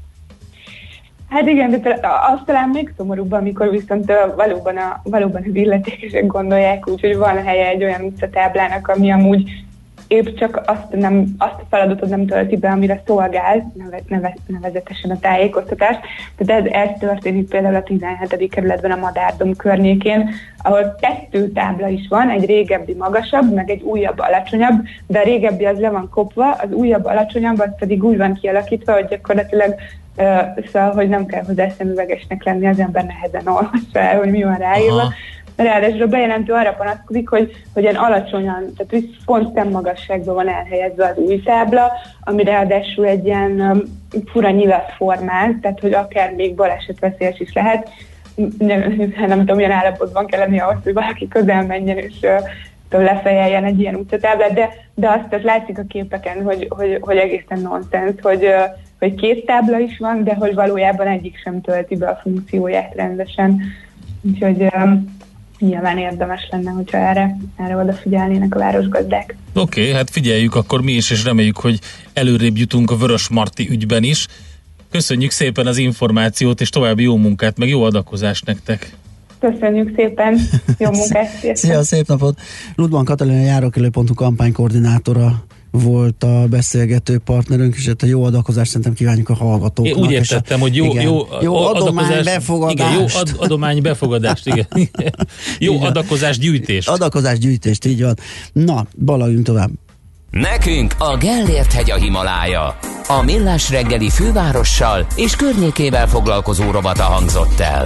Hát igen, de az talán még szomorúbb, amikor viszont valóban az illetékesek gondolják úgy, hogy van helye egy olyan utcatáblának, ami amúgy épp csak azt a feladatot nem tölti be, amire szolgál, nevezetesen a tájékoztatást. Tehát ez történik például a 17. kerületben a Madárdom környékén, ahol 2 tábla is van, egy régebbi magasabb, meg egy újabb alacsonyabb, de a régebbi az le van kopva, az újabb alacsonyabb, az pedig úgy van kialakítva, hogy gyakorlatilag szóval, hogy nem kell hozzá szemüvegesnek lenni, az ember nehezen olvas fel, hogy mi van ráírva. Ráadásul a bejelentő arra panaszkodik, hogy ilyen alacsonyan, tehát pont szemmagasságban van elhelyezve az új tábla, ami ráadásul egy ilyen fura nyilat formál, tehát hogy akár még balesetveszélyes is lehet. Nem tudom, milyen állapotban kell lenni ahhoz, hogy valaki közel menjen és lefejeljen egy ilyen utcatáblát, de azt látszik a képeken, hogy egészen nonsens, hogy 2 tábla is van, de hogy valójában egyik sem tölti be a funkcióját rendesen. Úgyhogy nyilván érdemes lenne, hogyha erre odafigyelnének a városgazdák. Oké, hát figyeljük akkor mi is, és reméljük, hogy előrébb jutunk a Vörösmarty ügyben is. Köszönjük szépen az információt, és további jó munkát, meg jó adakozást nektek. Köszönjük szépen, jó munkát. Szia, szép napot! Ludman Katalin, járókelő.hu kampánykoordinátora volt a beszélgető partnerünk, és a jó adakozást szerintem kívánjuk a hallgatóknak. Én úgy értettem, hogy jó adomány befogadást. Igen, jó adomány befogadást, igen. Jó adakozás gyűjtést. Adakozás gyűjtést, így van. Na, balagjunk tovább. Nekünk a Gellért-hegy a Himalája. A Millás reggeli fővárossal és környékével foglalkozó rovata hangzott el.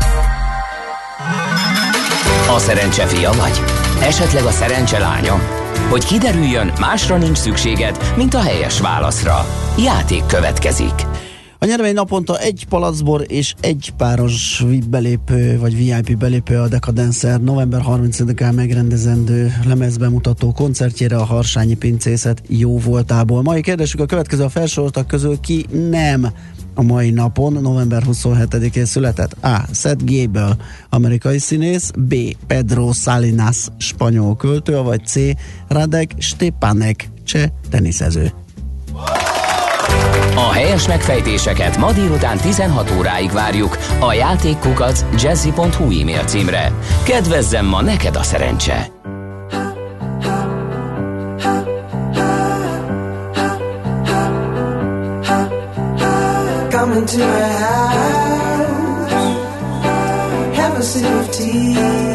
A szerencse fia vagy? Esetleg a szerencse lánya? Hogy kiderüljön, másra nincs szükséged, mint a helyes válaszra. Játék következik. A nyeremény naponta 1 palackbor és 1 páros VIP belépő, vagy VIP belépő a Decadencer november 30-án megrendezendő lemezbemutató koncertjére a Harsányi Pincészet jó voltából. Mai kérdésük a következő: a felsoroltak közül ki nem a mai napon, november 27-én született? A. Seth Gable, amerikai színész, B. Pedro Salinas, spanyol költő, vagy C. Radek Stepanek, cseh teniszező. A helyes megfejtéseket ma délután 16 óráig várjuk a játékkukac@jazzy.hu e-mail címre. Kedvezzem ma neked a szerencse! Come into my house, have a sip of tea.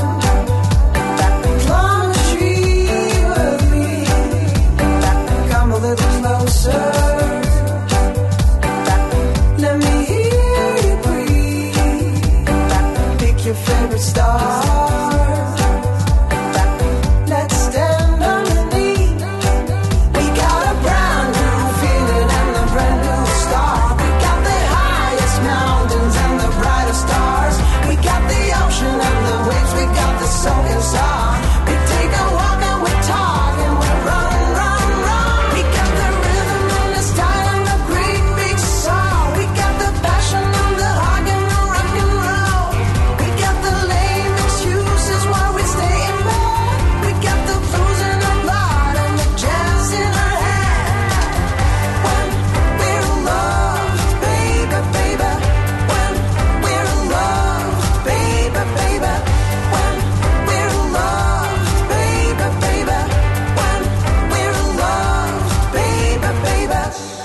Come pick your favorite star. Let's stand underneath. We got a brand new feeling and a brand new start. We got the highest mountains and the brightest stars. We got the ocean and the waves. We got the sun inside. We take a walk and we talk and we run, run, run. We got the rhythm and the style and the great big song. We got the passion and the heart and the rock and roll. We got the lame excuses while we stay in bed. We got the blues in our blood and the jazz in our head. When we're loved, baby, baby. When we're loved, baby, baby. When we're loved, baby, baby. When we're loved, baby, baby.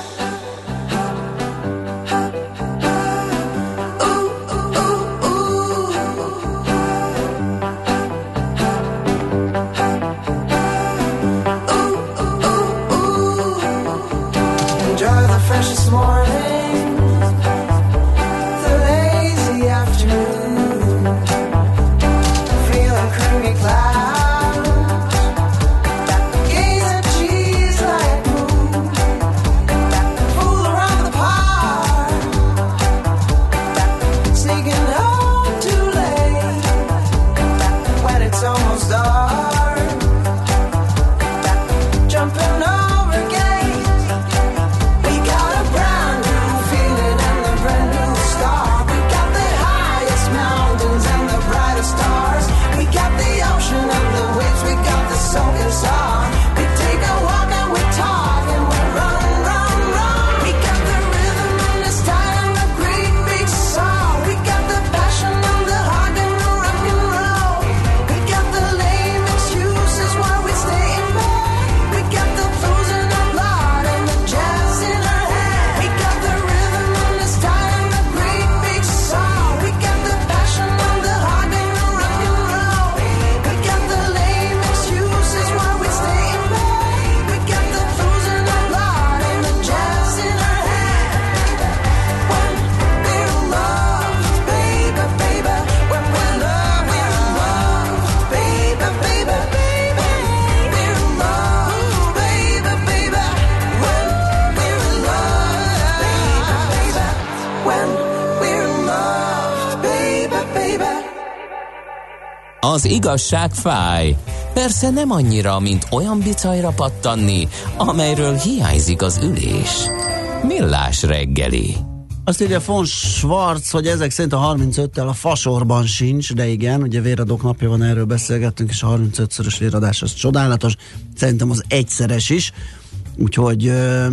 Enjoy the freshest morning, the lazy afternoon. Feeling creamy clouds, gaze at trees like moon. Fool around the park, sneaking home too late when it's almost dark. Jumping over gates. We got a brand new feeling and a brand new start. We got the highest mountains and the brightest stars. We got the ocean and the waves. We got the soaking sun. We take a walk and we talk and we run, run, run. We got the rhythm and the style and the great big song. We got the passion and the heart and the rock and roll. We got the lame excuses while we stay in bed. We got the blues in our blood and the jazz in our head. We got the rhythm and the style and the great big song. We got the passion and the heart and the rock and roll. We got the lame excuses while we stay in bed. We got the blues in our blood and the jazz in our head. When we're loved, baby, baby. When we're loved, baby, baby, baby. We're loved, baby, baby. When we're loved, baby, baby. When we're loved, baby, baby. Az igazság fáj. Persze nem annyira, mint olyan bicajra pattanni, amelyről hiányzik az ülés. Millás reggeli. Azt írja von Schwarz, hogy ezek szerint a 35-tel a fasorban sincs, de igen, ugye véradók napja van, erről beszélgettünk, és a 35-szörös véradás az csodálatos, szerintem az egyszeres is, úgyhogy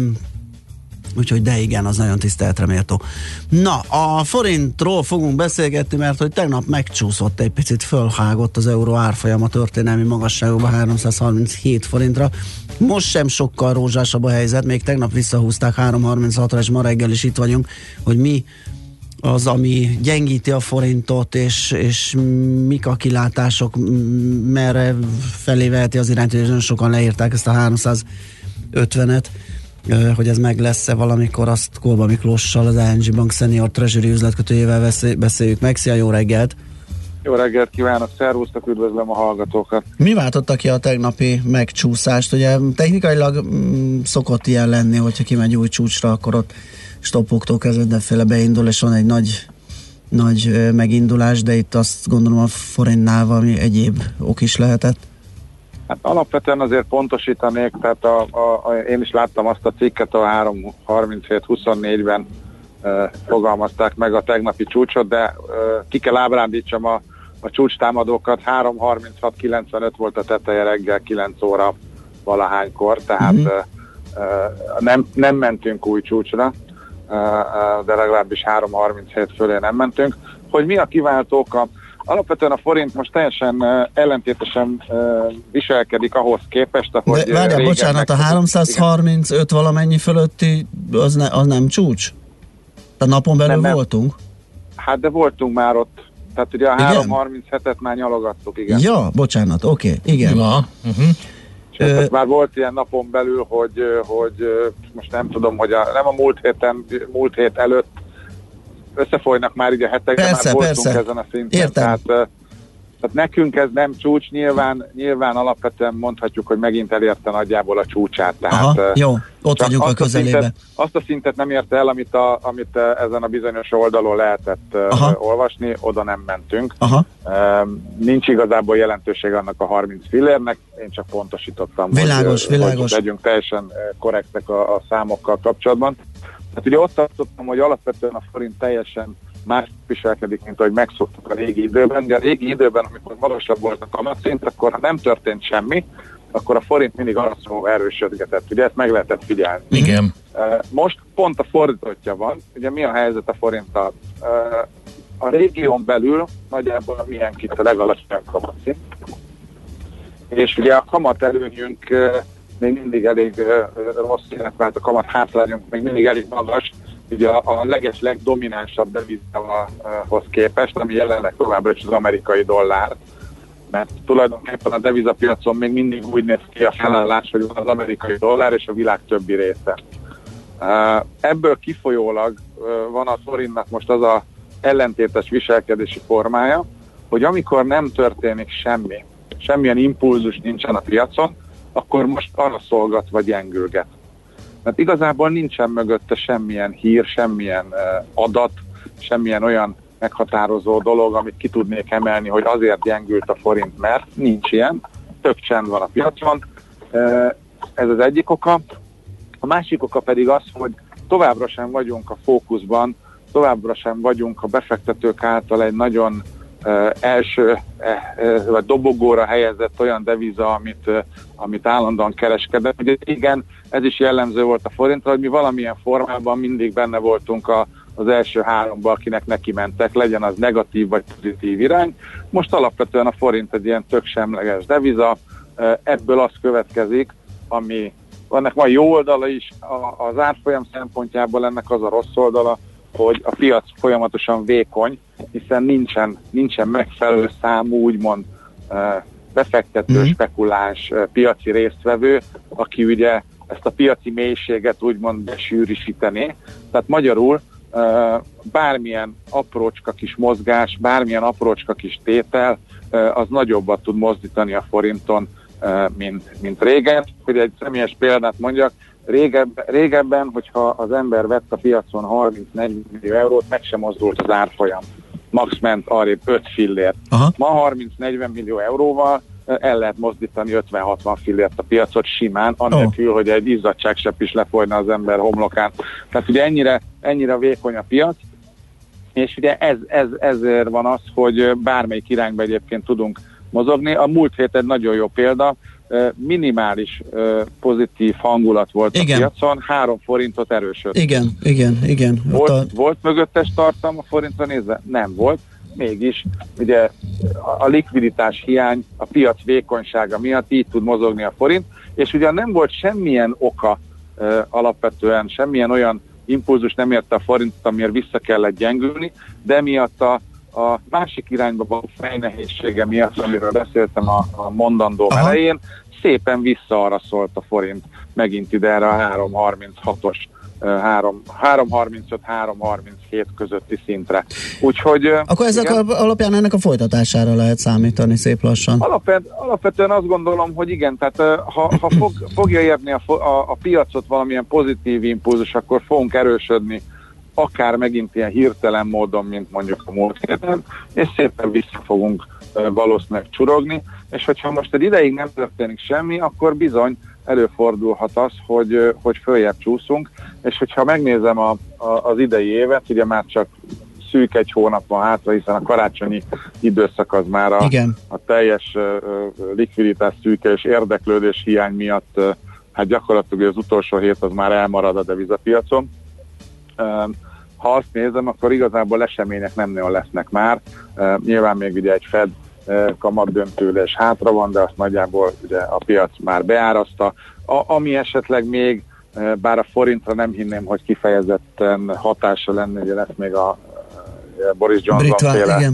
de igen, az nagyon tiszteletre méltó. Na, a forintról fogunk beszélgetni, mert hogy tegnap megcsúszott egy picit, fölhágott az euró árfolyama történelmi magasságokba 337 forintra. Most sem sokkal rózsásabb a helyzet, még tegnap visszahúzták 336-ra, és ma reggel is itt vagyunk, hogy mi az, ami gyengíti a forintot, és mik a kilátások, merre felé veheti az irányt, hogy nagyon sokan leírták ezt a 350-et, hogy ez meg lesz-e valamikor, azt Kolba Miklóssal, az ING Bank Senior Treasury üzletkötőjével beszéljük meg. Szia, jó reggelt! Jó reggelt kívánok, szervusztok, üdvözlöm a hallgatókat! Mi váltotta ki a tegnapi megcsúszást? Ugye technikailag szokott ilyen lenni, hogyha kimegy új csúcsra, akkor ott stoppoktól kezdve mindenféle beindul, és van egy nagy megindulás, de itt azt gondolom a forintnál valami egyéb ok is lehetett. Hát alapvetően azért pontosítanék, tehát én is láttam azt a cikket, a 3.37.24-ben fogalmazták meg a tegnapi csúcsot, de ki kell ábrándítsam a csúcstámadókat, 3.36.95 volt a teteje reggel 9 óra valahánykor, tehát nem mentünk új csúcsra, de legalábbis 3.37 fölé nem mentünk. Hogy mi a kiváltó oka? Alapvetően a forint most teljesen ellentétesen viselkedik ahhoz képest, ahogy... De várjál, bocsánat, a 335 valamennyi fölötti, az nem csúcs? A napon belül nem voltunk? Hát de voltunk már ott. Tehát ugye a 337-et már nyalogattuk, igen. Ja, bocsánat, oké, igen. Ja. És már volt ilyen napon belül, hogy most nem tudom, hogy nem a múlt hét előtt összefolynak már így a hetekben, már voltunk ezen a szinten. Értem. Tehát nekünk ez nem csúcs, nyilván alapvetően mondhatjuk, hogy megint elérte nagyjából a csúcsát. Tehát, aha, jó, ott vagyunk a közelébe. Azt a szintet nem érte el, amit ezen a bizonyos oldalon lehetett olvasni, oda nem mentünk. Aha. Nincs igazából jelentőség annak a 30 fillérnek, én csak pontosítottam, világos. hogy legyünk teljesen korrektek a számokkal kapcsolatban. Tehát ugye ott tartottam, hogy alapvetően a forint teljesen más viselkedik, mint ahogy megszoktuk a régi időben, de a régi időben, amikor magasabb volt a kamatszint, akkor ha nem történt semmi, akkor a forint mindig arra erősödgetett. Ugye ezt meg lehetett figyelni. Igen. Most pont a fordítottja van. Ugye mi a helyzet a forinttal? A régión belül nagyjából a milyenkit a legalacsonyabb kamatszint. És ugye a kamat előnyünk még mindig elég rossz, illetve a kamat hátrányunk még mindig elég magas, ugye a legdominánsabb devizához képest, ami jelenleg továbbra is az amerikai dollár, mert tulajdonképpen a devizapiacon még mindig úgy néz ki a felállás, hogy van az amerikai dollár és a világ többi része. Ebből kifolyólag van a forintnak most az a ellentétes viselkedési formája, hogy amikor nem történik semmilyen impulzus nincsen a piacon, akkor most arra szolgat vagy gyengülget. Mert igazából nincsen mögötte semmilyen hír, semmilyen adat, semmilyen olyan meghatározó dolog, amit ki tudnék emelni, hogy azért gyengült a forint, mert nincs ilyen. Tök csend van a piacon. Ez az egyik oka. A másik oka pedig az, hogy továbbra sem vagyunk a fókuszban, továbbra sem vagyunk a befektetők által egy nagyon első vagy dobogóra helyezett olyan deviza, amit állandóan kereskedett. Ugye igen, ez is jellemző volt a forintra, hogy mi valamilyen formában mindig benne voltunk az első háromban, akinek neki mentek, legyen az negatív vagy pozitív irány. Most alapvetően a forint egy ilyen tök semleges deviza, ebből az következik, ami ennek van jó oldala is, az árfolyam szempontjából ennek az a rossz oldala, hogy a piac folyamatosan vékony, hiszen nincsen megfelelő számú, úgymond befektető, spekuláns, piaci résztvevő, aki ugye ezt a piaci mélységet úgymond besűrűsítené. Tehát magyarul bármilyen aprócska kis mozgás, bármilyen aprócska kis tétel, az nagyobbat tud mozdítani a forinton, mint régen. Hogy egy személyes példát mondjak, régebben, hogyha az ember vett a piacon 30-40 millió eurót, meg sem mozdult az árfolyam. Max ment arrébb 5 fillért. Aha. Ma 30-40 millió euróval el lehet mozdítani 50-60 fillért a piacot simán, annélkül, hogy egy izzadságsepp is lefolyna az ember homlokán. Tehát ugye ennyire vékony a piac, és ugye ezért van az, hogy bármelyik irányba egyébként tudunk mozogni. A múlt hét egy nagyon jó példa, minimális pozitív hangulat volt a piacon, 3 forintot erősödött. Igen. Volt mögöttes tartalom a forintra nézve? Nem volt. Mégis ugye a likviditás hiány, a piac vékonysága miatt így tud mozogni a forint, és ugye nem volt semmilyen oka alapvetően, semmilyen olyan impulzus nem érte a forintot, amiért vissza kellett gyengülni, de miatt a másik irányba való fejnehézsége miatt, amiről beszéltem a mondandóm elején, szépen visszaarra szólt a forint megint ide erre a 3.36-os 3.35-3.37 közötti szintre. Úgyhogy... Akkor ezek alapján ennek a folytatására lehet számítani szép lassan? Alapvetően azt gondolom, hogy igen, tehát ha fogja érni a piacot valamilyen pozitív impulzus, akkor fogunk erősödni, akár megint ilyen hirtelen módon, mint mondjuk a múlt héten, és szépen vissza fogunk valószínűleg csurogni, és hogyha most egy ideig nem történik semmi, akkor bizony előfordulhat az, hogy följebb csúszunk, és hogyha megnézem az idei évet, ugye már csak szűk egy hónap van hátra, hiszen a karácsonyi időszak az már a teljes likviditás szűke és érdeklődés hiány miatt, hát gyakorlatilag az utolsó hét az már elmarad a devizapiacon. Ha azt nézem, akkor igazából események nem nagyon lesznek már. Nyilván még ugye egy Fed kamatdöntőlés hátra van, de azt nagyjából ugye a piac már beárazta. Ami esetleg még, bár a forintra nem hinném, hogy kifejezetten hatása lenne, ugye lesz még a Boris Johnson féle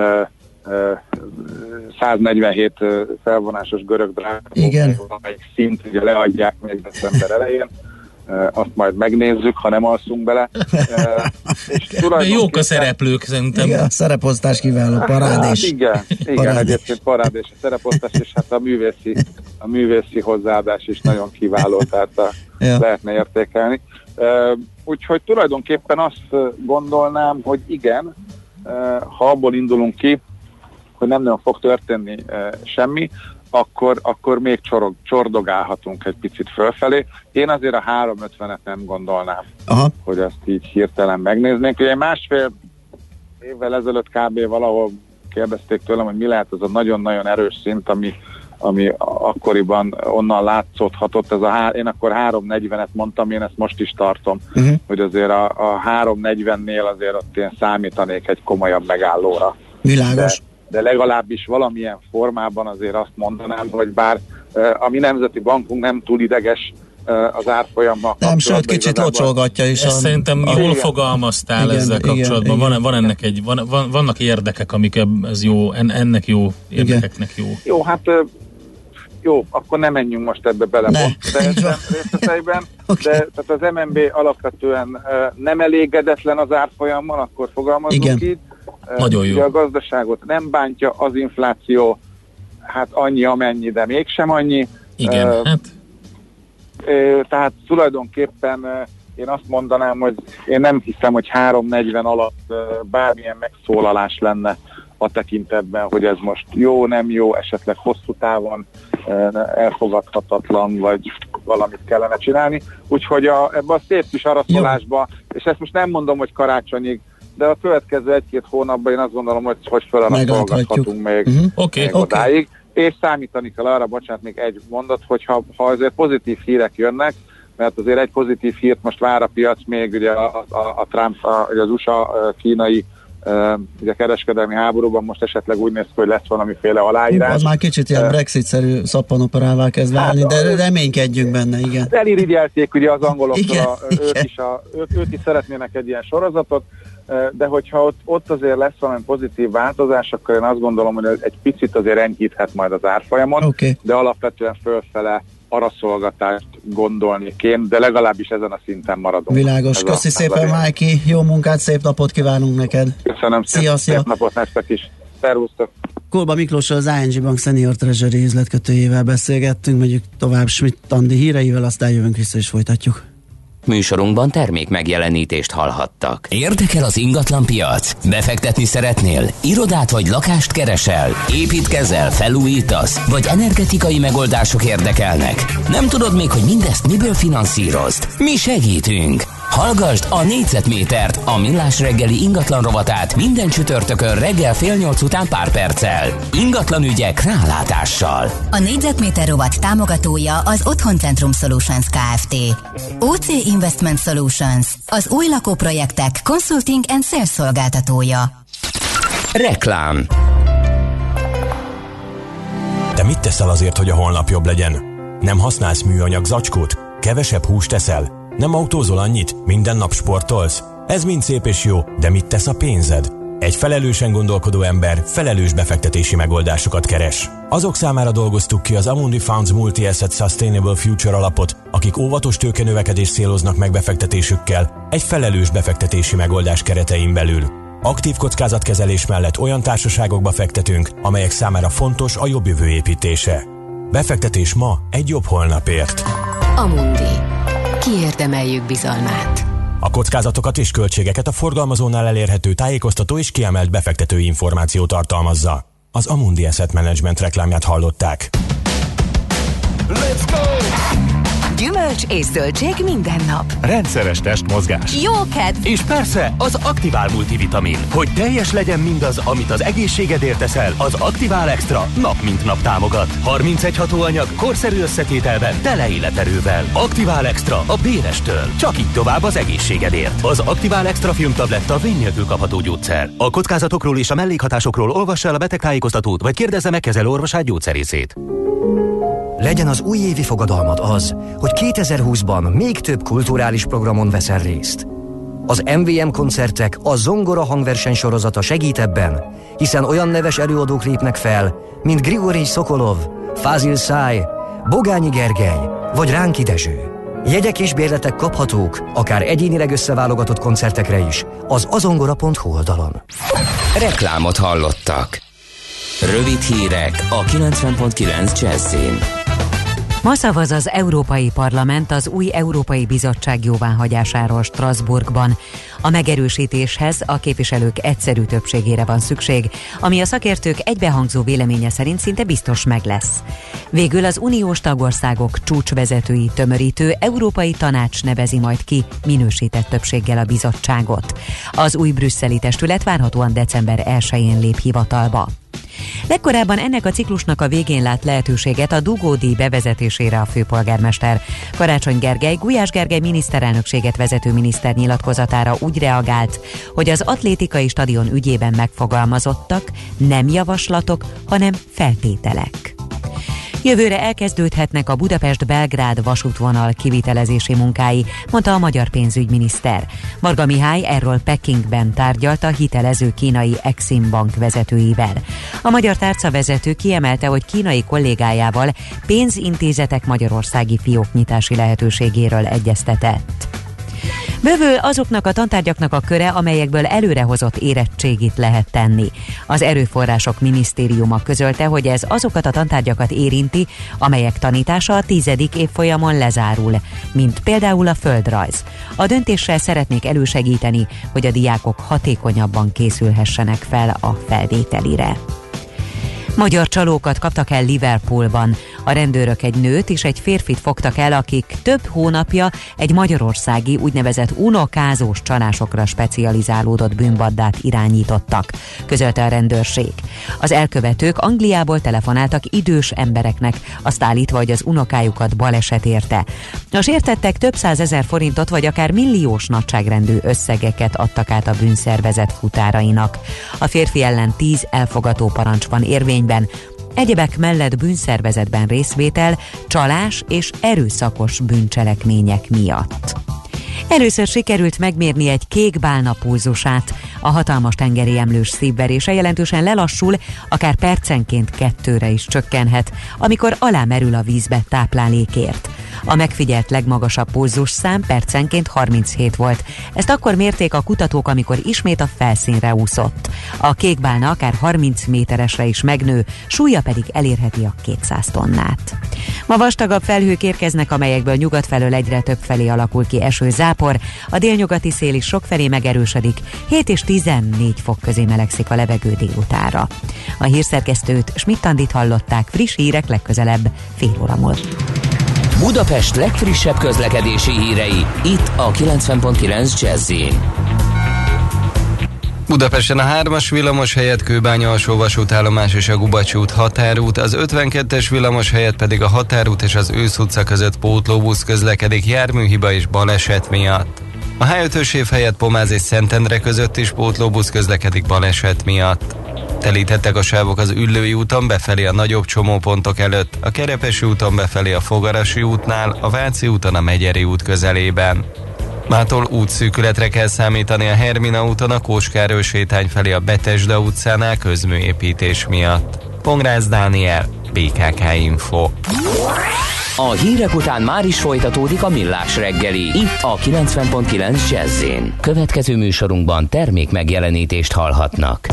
147 felvonásos görög drága, amelyik szint ugye leadják még december elején. Azt majd megnézzük, ha nem alszunk bele. Jók a szereplők, szerintem. Igen, a szereposztás kiváló, parádés. Hát igen, egyébként parádés a szereposztás, és hát a művészi hozzáadás is nagyon kiváló, tehát lehetne értékelni. Úgyhogy tulajdonképpen azt gondolnám, hogy igen, ha abból indulunk ki, hogy nem nagyon fog történni semmi, akkor még csordogálhatunk egy picit fölfelé. Én azért a 350-et nem gondolnám, hogy ezt így hirtelen megnéznénk. Ugye másfél évvel ezelőtt kb. Valahol kérdezték tőlem, hogy mi lehet az a nagyon-nagyon erős szint, ami akkoriban onnan látszódhatott. Én akkor 340-et mondtam, én ezt most is tartom, hogy azért a 340-nél azért ott én számítanék egy komolyabb megállóra. Világos. De legalábbis valamilyen formában azért azt mondanám, hogy bár a mi nemzeti bankunk nem túl ideges az árfolyammal. Nem, sőt, kicsit locsolgatja is. Ezt szerintem jól fogalmaztál ezzel kapcsolatban. Igen. Van ennek vannak érdekek, amik ez jó, ennek jó, érdekeknek jó. Jó, hát jó, akkor nem menjünk most ebbe bele részleteiben, de tehát az MNB alapvetően nem elégedetlen az árfolyammal, akkor fogalmazunk így. Nagyon jó. A gazdaságot nem bántja, az infláció hát annyi amennyi, de mégsem annyi. Igen, tehát tulajdonképpen én azt mondanám, hogy én nem hiszem, hogy 340 alatt bármilyen megszólalás lenne a tekintetben, hogy ez most jó, nem jó, esetleg hosszú távon elfogadhatatlan, vagy valamit kellene csinálni. Úgyhogy ebbe a szép kis araszolásba, és ezt most nem mondom, hogy karácsonyig, de a következő 1-2 hónapban én azt gondolom, hogy felaraszolgathatunk még odáig. És számítani kell arra, bocsánat, még egy mondat, hogy ha azért pozitív hírek jönnek, mert azért egy pozitív hírt most vár a piac, még ugye a Trump, az USA-kínai ugye kereskedelmi háborúban most esetleg úgy néz ki, hogy lesz valamiféle aláírás. Az már kicsit ilyen Brexit-szerű szappanoperává kezd válni, de reménykedjünk benne, igen. Elirigyelték ugye az angoloktól, ők is szeretnének egy ilyen sorozatot, de hogyha ott azért lesz valami pozitív változás, akkor én azt gondolom, hogy egy picit azért enyhíthet majd az árfolyamon, de alapvetően fölfele araszolgatást gondolni kéne, de legalábbis ezen a szinten maradunk. Világos. Köszi szépen, Májki, jó munkát, szép napot kívánunk neked. Köszönöm szépen, szép napot nektek is. Szervusztok. Kolba Miklóssal, az ING Bank Senior Treasury üzletkötőjével beszélgettünk, megyünk tovább Schmidt Andi híreivel, aztán jövünk vissza és folytatjuk. Műsorunkban termék megjelenítést hallhattak. Érdekel az ingatlan piac? Befektetni szeretnél? Irodát vagy lakást keresel? Építkezel, felújítasz? Vagy energetikai megoldások érdekelnek? Nem tudod még, hogy mindezt miből finanszírozd? Mi segítünk! Hallgasd a Négyzetmétert, a Millás reggeli ingatlan rovatát minden csütörtökön reggel 7:30 után pár perccel. Ingatlan ügyek rálátással. A Négyzetméter rovat támogatója az Otthoncentrum Solutions Kft. OC Investment Solutions, az új lakóprojektek consulting and sales szolgáltatója. Reklám. Te mit teszel azért, hogy a holnap jobb legyen? Nem használsz műanyag zacskót? Kevesebb húst teszel? Nem autózol annyit? Minden nap sportolsz? Ez mind szép és jó, de mit tesz a pénzed? Egy felelősen gondolkodó ember felelős befektetési megoldásokat keres. Azok számára dolgoztuk ki az Amundi Funds Multi-Asset Sustainable Future alapot, akik óvatos tőkenövekedést céloznak meg befektetésükkel egy felelős befektetési megoldás keretein belül. Aktív kockázatkezelés mellett olyan társaságokba fektetünk, amelyek számára fontos a jobb jövő építése. Befektetés ma egy jobb holnapért. Amundi. Kiérdemeljük bizalmát. A kockázatokat és költségeket a forgalmazónál elérhető tájékoztató és kiemelt befektetői információ tartalmazza. Az Amundi Asset Management reklámját hallották. Let's go! Gyümölcs és zöldség minden nap. Rendszeres testmozgás. Jó kedv! És persze az Aktivál multivitamin. Hogy teljes legyen mindaz, amit az egészségedért teszel, az Aktivál Extra nap mint nap támogat. 31 hatóanyag, korszerű összetételben, tele életerővel. Aktivál Extra a Bérestől. Csak így tovább az egészségedért. Az Aktivál Extra filmtabletta vény nélkül kapható gyógyszer. A kockázatokról és a mellékhatásokról olvassa el a betegtájékoztatót, vagy kérdezze meg kezelőorvosát, gyógyszerészét. Legyen az újévi fogadalmad az, hogy 2020-ban még több kulturális programon veszel részt. Az MVM koncertek a zongora hangverseny sorozata segít ebben, hiszen olyan neves előadók lépnek fel, mint Grigorij Szokolov, Fázil Száj, Bogányi Gergely vagy Ránki Dezső. Jegyek és bérletek kaphatók, akár egyénileg összeválogatott koncertekre is, az azongora.hu oldalon. Reklámot hallottak. Rövid hírek a 90.9 Jazzin. Ma szavaz az Európai Parlament az új Európai Bizottság jóváhagyásáról Strasbourgban. A megerősítéshez a képviselők egyszerű többségére van szükség, ami a szakértők egybehangzó véleménye szerint szinte biztos meg lesz. Végül az uniós tagországok csúcsvezetői tömörítő Európai Tanács nevezi majd ki minősített többséggel a bizottságot. Az új brüsszeli testület várhatóan december 1-én lép hivatalba. Legkorábban ennek a ciklusnak a végén lát lehetőséget a dugódíj bevezetésére a főpolgármester. Karácsony Gergely, Gulyás Gergely miniszterelnökséget vezető miniszter nyilatkozatára úgy reagált, hogy az atlétikai stadion ügyében megfogalmazottak nem javaslatok, hanem feltételek. Jövőre elkezdődhetnek a Budapest-Belgrád vasútvonal kivitelezési munkái, mondta a magyar pénzügyminiszter. Varga Mihály erről Pekingben tárgyalt a hitelező kínai Exim Bank vezetőivel. A magyar tárcavezető kiemelte, hogy kínai kollégájával pénzintézetek magyarországi fióknyitási lehetőségéről egyeztetett. Bővül azoknak a tantárgyaknak a köre, amelyekből előrehozott érettségit lehet tenni. Az Erőforrások Minisztériuma közölte, hogy ez azokat a tantárgyakat érinti, amelyek tanítása a 10. évfolyamon lezárul, mint például a földrajz. A döntéssel szeretnék elősegíteni, hogy a diákok hatékonyabban készülhessenek fel a felvételire. Magyar csalókat kaptak el Liverpoolban. A rendőrök egy nőt és egy férfit fogtak el, akik több hónapja egy magyarországi úgynevezett unokázós csalásokra specializálódott bűnbandát irányítottak, közölte a rendőrség. Az elkövetők Angliából telefonáltak idős embereknek, azt állítva, hogy az unokájukat baleset érte. A sértettek több 100 000 forintot vagy akár milliós nagyságrendű összegeket adtak át a bűnszervezet futárainak. A férfi ellen 10 elfogató parancs van érvényben, egyebek mellett bűnszervezetben részvétel, csalás és erőszakos bűncselekmények miatt. Először sikerült megmérni egy kék bálna pulzusát. A hatalmas tengeri emlős szívverése jelentősen lelassul, akár percenként 2-re is csökkenhet, amikor alámerül a vízbe táplálékért. A megfigyelt legmagasabb pulzusszám percenként 37 volt. Ezt akkor mérték a kutatók, amikor ismét a felszínre úszott. A kékbálna akár 30 méteresre is megnő, súlya pedig elérheti a 200 tonnát. Ma vastagabb felhők érkeznek, amelyekből nyugat felől egyre több felé alakul ki esőzápor. A délnyugati szél is sokfelé megerősödik, 7 és 14 fok közé melegszik a levegő délutára. A hírszerkesztőt, Schmidt-Andit hallották, friss hírek legközelebb fél óra múlva. Budapest legfrissebb közlekedési hírei, itt a 90.9 Jazzin. Budapesten a 3-as villamos helyett Kőbánya alsó vasútállomás és a Gubacsi út határút, az 52-es villamos helyett pedig a Határút és az Ősz utca között pótlóbusz közlekedik járműhiba és baleset miatt. A H5-ös év helyett Pomáz és Szentendre között is pótlóbusz közlekedik baleset miatt. Telítettek a sávok az Üllői úton befelé a nagyobb csomópontok előtt, a Kerepesi úton befelé a Fogarasi útnál, a Váci úton a Megyeri út közelében. Mától útszűkületre kell számítani a Hermina úton a Kóskároly sétány felé a Betesda utcánál közműépítés miatt. Pongrász Dániel, BKK Info. A hírek után már is folytatódik a Millás reggeli, itt a 90.9 Jazzin. Következő műsorunkban termék megjelenítést hallhatnak.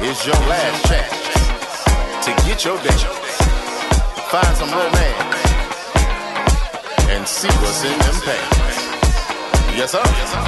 is your last chance to get your date, find some romance, and see what's in them pants. Yes, sir. Yes, sir.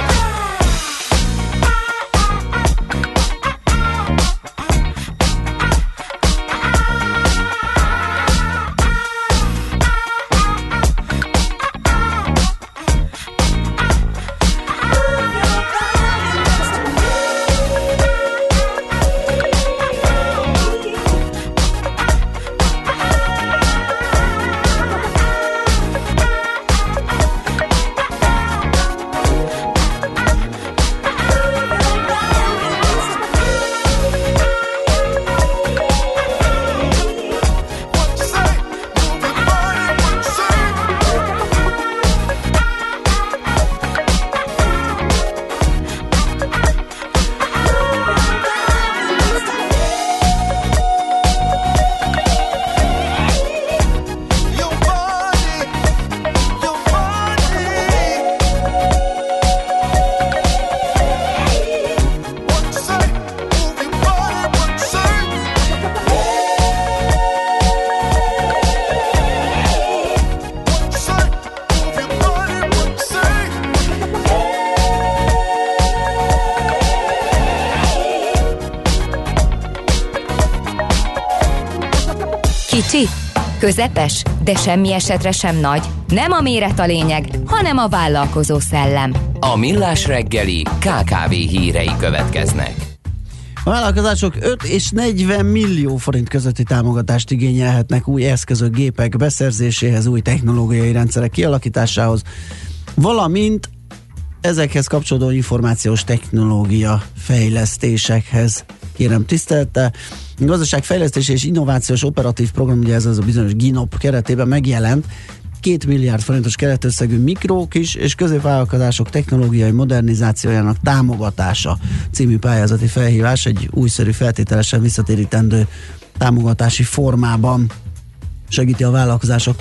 Kicsi, közepes, de semmi esetre sem nagy. Nem a méret a lényeg, hanem a vállalkozó szellem. A Millás reggeli KKV hírei következnek. A vállalkozások 5 és 40 millió forint közötti támogatást igényelhetnek új eszközök, gépek beszerzéséhez, új technológiai rendszerek kialakításához, valamint ezekhez kapcsolódó információs technológia fejlesztésekhez. Kérem tisztelettel, a Gazdaságfejlesztési és Innovációs Operatív Program, ugye ez az a bizonyos GINOP keretében megjelent 2 milliárd forintos keretösszegű mikro, kis és középvállalkozások technológiai modernizációjának támogatása című pályázati felhívás egy újszerű, feltételesen visszatérítendő támogatási formában segíti a vállalkozások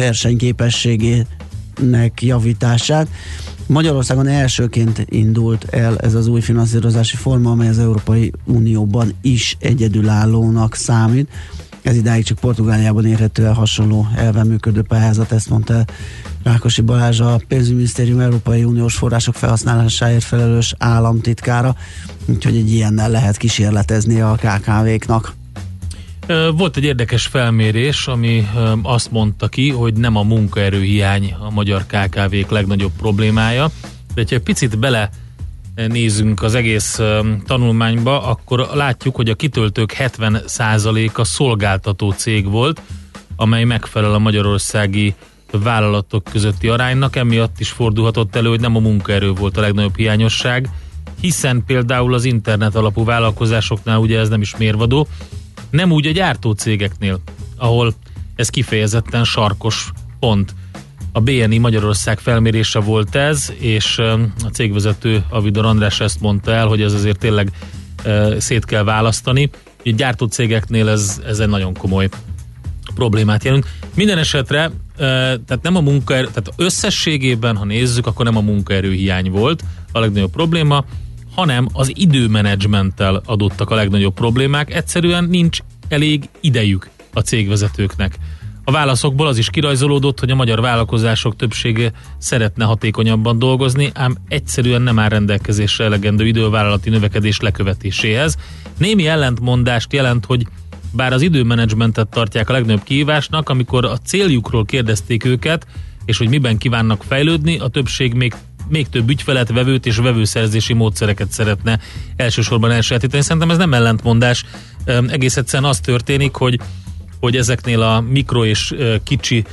versenyképességének javítását. Magyarországon elsőként indult el ez az új finanszírozási forma, amely az Európai Unióban is egyedülállónak számít. Ez idáig csak Portugáliában érhető el hasonló elven működő pályázat, ezt mondta Rákosi Balázs, a Pénzügyminisztérium Európai Uniós források felhasználásáért felelős államtitkára, úgyhogy egy ilyennel lehet kísérletezni a KKV-knak. Volt egy érdekes felmérés, ami azt mondta ki, hogy nem a munkaerőhiány a magyar KKV-k legnagyobb problémája, de ha egy picit belenézünk az egész tanulmányba, akkor látjuk, hogy a kitöltők 70%-a szolgáltató cég volt, amely megfelel a magyarországi vállalatok közötti aránynak, emiatt is fordulhatott elő, hogy nem a munkaerő volt a legnagyobb hiányosság, hiszen például az internet alapú vállalkozásoknál ugye ez nem is mérvadó, nem úgy a gyártócégeknél, ahol ez kifejezetten sarkos pont. A BNI Magyarország felmérése volt ez, és a cégvezető Avidor András ezt mondta el, hogy ez azért tényleg szét kell választani. A gyártócégeknél ez egy nagyon komoly problémát jelent. Minden esetre, tehát nem a munkaerő, tehát összességében, ha nézzük, akkor nem a munkaerőhiány volt a legnagyobb probléma, hanem az időmenedzsmenttel adottak a legnagyobb problémák. Egyszerűen nincs elég idejük a cégvezetőknek. A válaszokból az is kirajzolódott, hogy a magyar vállalkozások többsége szeretne hatékonyabban dolgozni, ám egyszerűen nem áll rendelkezésre elegendő idő a vállalati növekedés lekövetéséhez. Némi ellentmondást jelent, hogy bár az időmenedzsmentet tartják a legnagyobb kihívásnak, amikor a céljukról kérdezték őket, és hogy miben kívánnak fejlődni, a többség még több ügyfelet, vevőt és vevőszerzési módszereket szeretne elsősorban elsajátítani. Szerintem ez nem ellentmondás. Egész egyszerűen az történik, hogy ezeknél a mikro és kicsi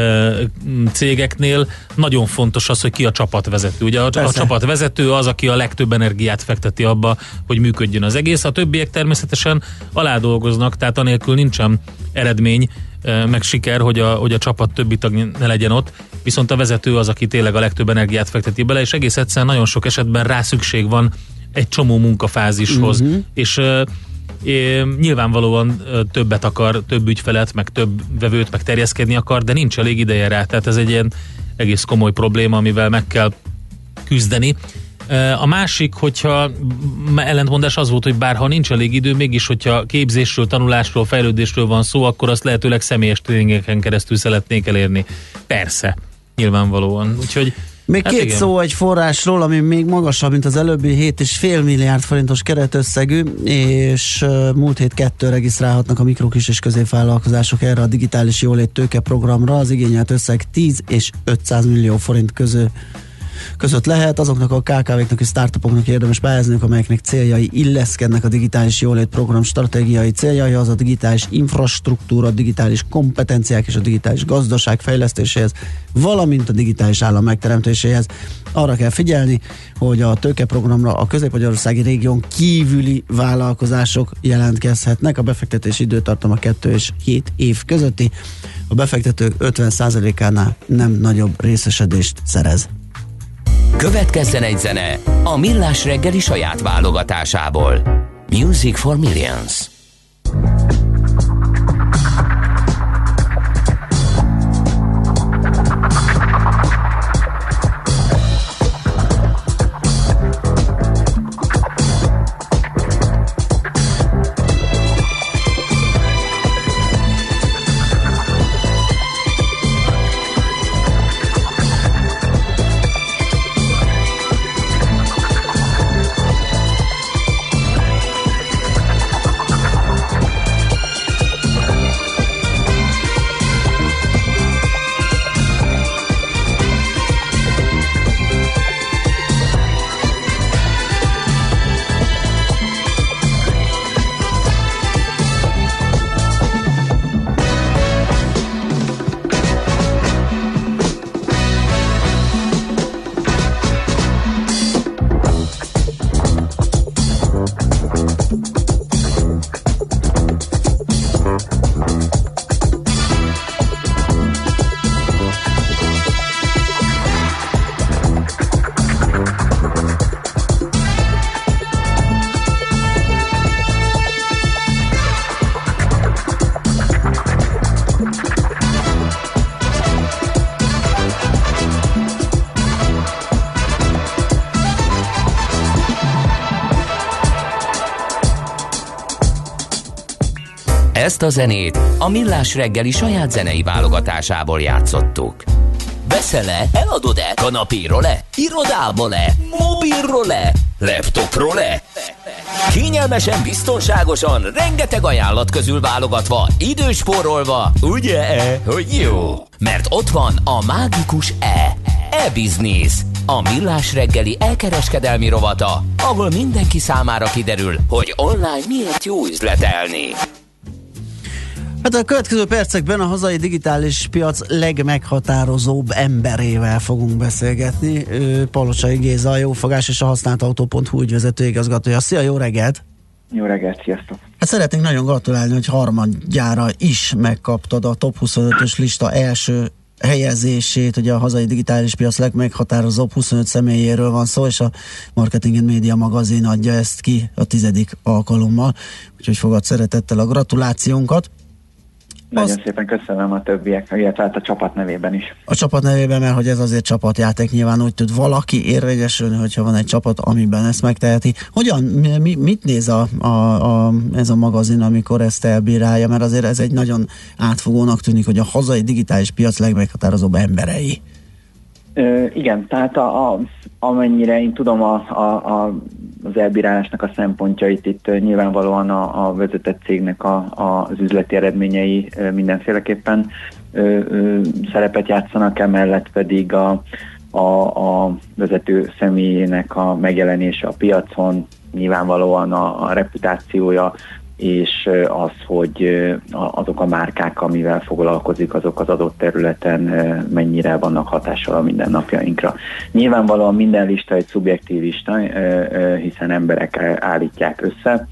cégeknél nagyon fontos az, hogy ki a csapatvezető. Ugye a csapatvezető az, aki a legtöbb energiát fekteti abba, hogy működjön az egész. A többiek természetesen aládolgoznak, tehát anélkül nincsen eredmény, meg siker, hogy a csapat többi tag ne legyen ott, viszont a vezető az, aki tényleg a legtöbb energiát fekteti bele, és egész egyszerűen nagyon sok esetben rá szükség van egy csomó munkafázishoz, és nyilvánvalóan többet akar, több ügyfelet, meg több vevőt, meg terjeszkedni akar, de nincs elég ideje rá, tehát ez egy ilyen egész komoly probléma, amivel meg kell küzdeni. A másik, hogyha ellentmondás az volt, hogy bárha nincs elég idő, mégis, hogyha képzésről, tanulásról, fejlődésről van szó, akkor azt lehetőleg személyes tréningeken keresztül szeretnék elérni. Persze, nyilvánvalóan. Úgyhogy még két igen. szó egy forrásról, ami még magasabb, mint az előbbi 7,5 milliárd forintos keretösszegű, és múlt hét 2 regisztrálhatnak a mikro, kis és középvállalkozások erre a digitális jólét tőke programra. Az igényelt összeg 10 és 500 millió forint között lehet. Azoknak a KKV-knak és startupoknak érdemes pályázniuk, amelyeknek céljai illeszkednek a digitális jólét program stratégiai céljaihoz, a digitális infrastruktúra, a digitális kompetenciák és a digitális gazdaság fejlesztéséhez, valamint a digitális állam megteremtéséhez. Arra kell figyelni, hogy a tőkeprogramra a közép-magyarországi régión kívüli vállalkozások jelentkezhetnek. A befektetési időtartama 2 és 7 év közötti. A befektetők 50%-ánál nem nagyobb részesedést szerez. Következzen egy zene a Millás reggeli saját válogatásából. Music for Millions. Ezt a zenét a Millás reggeli saját zenei válogatásából játszottuk. Veszel-e? Eladod-e? Kanapéról-e? Irodából-e? Mobilról-e? Laptopról-e? Kényelmesen, biztonságosan, rengeteg ajánlat közül válogatva, időspórolva, ugye-e, hogy jó? Mert ott van a mágikus e-business, a Millás reggeli elkereskedelmi rovata, ahol mindenki számára kiderül, hogy online miért jó üzletelni. Hát a következő percekben a hazai digitális piac legmeghatározóbb emberével fogunk beszélgetni. Palocsai Géza, a Jófogás és a használtautó.hu ügyvezető igazgatója. Szia, jó reggelt! Jó reggelt, sziasztok! Hát szeretnénk nagyon gratulálni, hogy harmadjára is megkaptad a Top 25-ös lista első helyezését. Ugye a hazai digitális piac legmeghatározóbb 25 személyéről van szó, és a Marketing & Media magazin adja ezt ki a 10. alkalommal. Úgyhogy fogad szeretettel a gratulációnkat. Nagyon szépen köszönöm a többiek, illetve a csapat nevében is. A csapat nevében, mert hogy ez azért csapatjáték, nyilván úgy tud valaki érvényesülni, hogyha van egy csapat, amiben ezt megteheti. Hogyan, mit néz ez a magazin, amikor ezt elbírálja? Mert azért ez egy nagyon átfogónak tűnik, hogy a hazai digitális piac legmeghatározóbb emberei. Igen, tehát amennyire én tudom az elbírálásnak a szempontjait, itt nyilvánvalóan a vezetett cégnek az üzleti eredményei mindenféleképpen szerepet játszanak, emellett pedig a vezető személyének a megjelenése a piacon, nyilvánvalóan a reputációja, és az, hogy azok a márkák, amivel foglalkozik, azok az adott területen mennyire vannak hatással a mindennapjainkra. Nyilvánvalóan minden lista egy szubjektív lista, hiszen emberek állítják össze.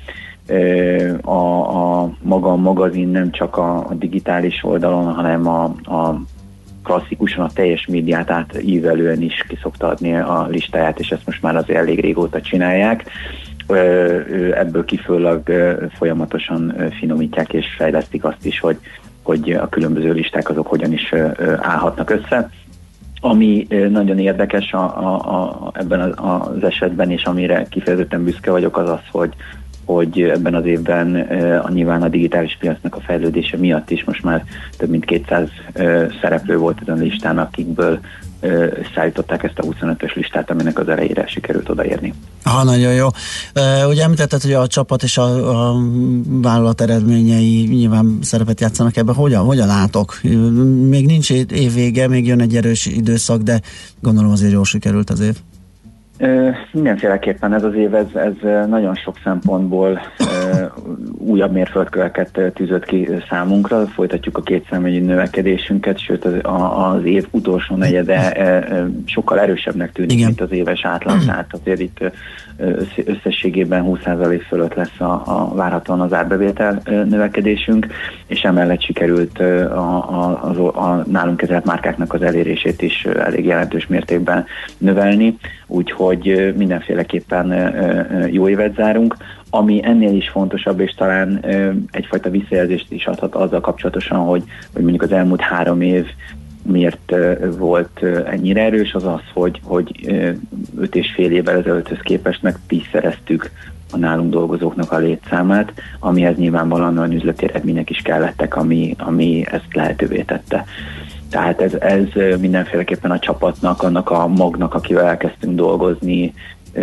Maga a magazin nem csak a digitális oldalon, hanem a klasszikusan a teljes médiát átívelően is ki szokta adni a listáját, és ezt most már azért elég régóta csinálják. Ebből kifolyólag folyamatosan finomítják és fejlesztik azt is, hogy a különböző listák azok hogyan is állhatnak össze. Ami nagyon érdekes ebben az esetben, és amire kifejezetten büszke vagyok, az az, hogy ebben az évben nyilván a digitális piacnak a fejlődése miatt is most már több mint 200 szereplő volt ezen a listán, akikből szállították ezt a 25-ös listát, aminek az elejére sikerült odaérni. Nagyon jó. Ugye említetted, hogy a csapat és a vállalat eredményei nyilván szerepet játszanak ebben. Hogyan látok? Még nincs évvége, még jön egy erős időszak, de gondolom azért jól sikerült az év. Mindenféleképpen ez az év, ez nagyon sok szempontból újabb mérföldköveket tűzött ki számunkra. Folytatjuk a kétszámjegyű növekedésünket, sőt az év utolsó negyede sokkal erősebbnek tűnik, igen, mint az éves átlag. Tehát azért itt összességében 20% fölött lesz várhatóan az árbevétel növekedésünk, és emellett sikerült a nálunk kezelt márkáknak az elérését is elég jelentős mértékben növelni, úgyhogy mindenféleképpen jó évet zárunk. Ami ennél is fontosabb, és talán egyfajta visszajelzést is adhat azzal kapcsolatosan, hogy mondjuk az elmúlt 3 év miért volt ennyire erős, az az, hogy 5,5 évvel ezelőtthöz képest meg 10-szereztük a nálunk dolgozóknak a létszámát, amihez nyilvánvalóan olyan üzleti eredmények is kellettek, ami ezt lehetővé tette. Tehát ez mindenféleképpen a csapatnak, annak a magnak, akivel elkezdtünk dolgozni,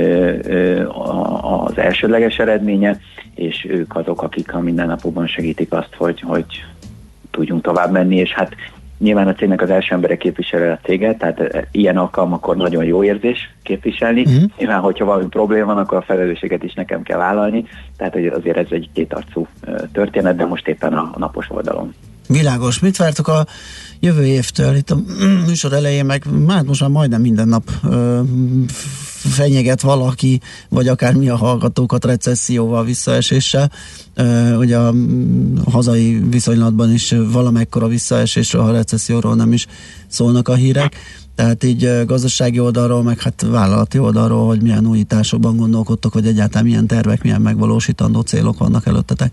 az elsődleges eredménye, és ők azok, akik a mindennapokban segítik azt, hogy tudjunk tovább menni, és hát nyilván a cégnek az első embere képviselő a céget, tehát ilyen alkalmakkor nagyon jó érzés képviselni. Nyilván, hogyha valami probléma van, akkor a felelősséget is nekem kell vállalni, tehát hogy azért ez egy kétarcú történet, de most éppen a napos oldalon. Világos. Mit vártok a jövő évtől? Itt a műsor elején meg most már majdnem minden nap fenyeget valaki, vagy akár mi a hallgatókat recesszióval, visszaeséssel. Ugye a hazai viszonylatban is valamekkora visszaesésről, ha recesszióról nem is szólnak a hírek. Tehát így gazdasági oldalról, meg hát vállalati oldalról, hogy milyen újításokban gondolkodtok, vagy egyáltalán milyen tervek, milyen megvalósítandó célok vannak előttetek?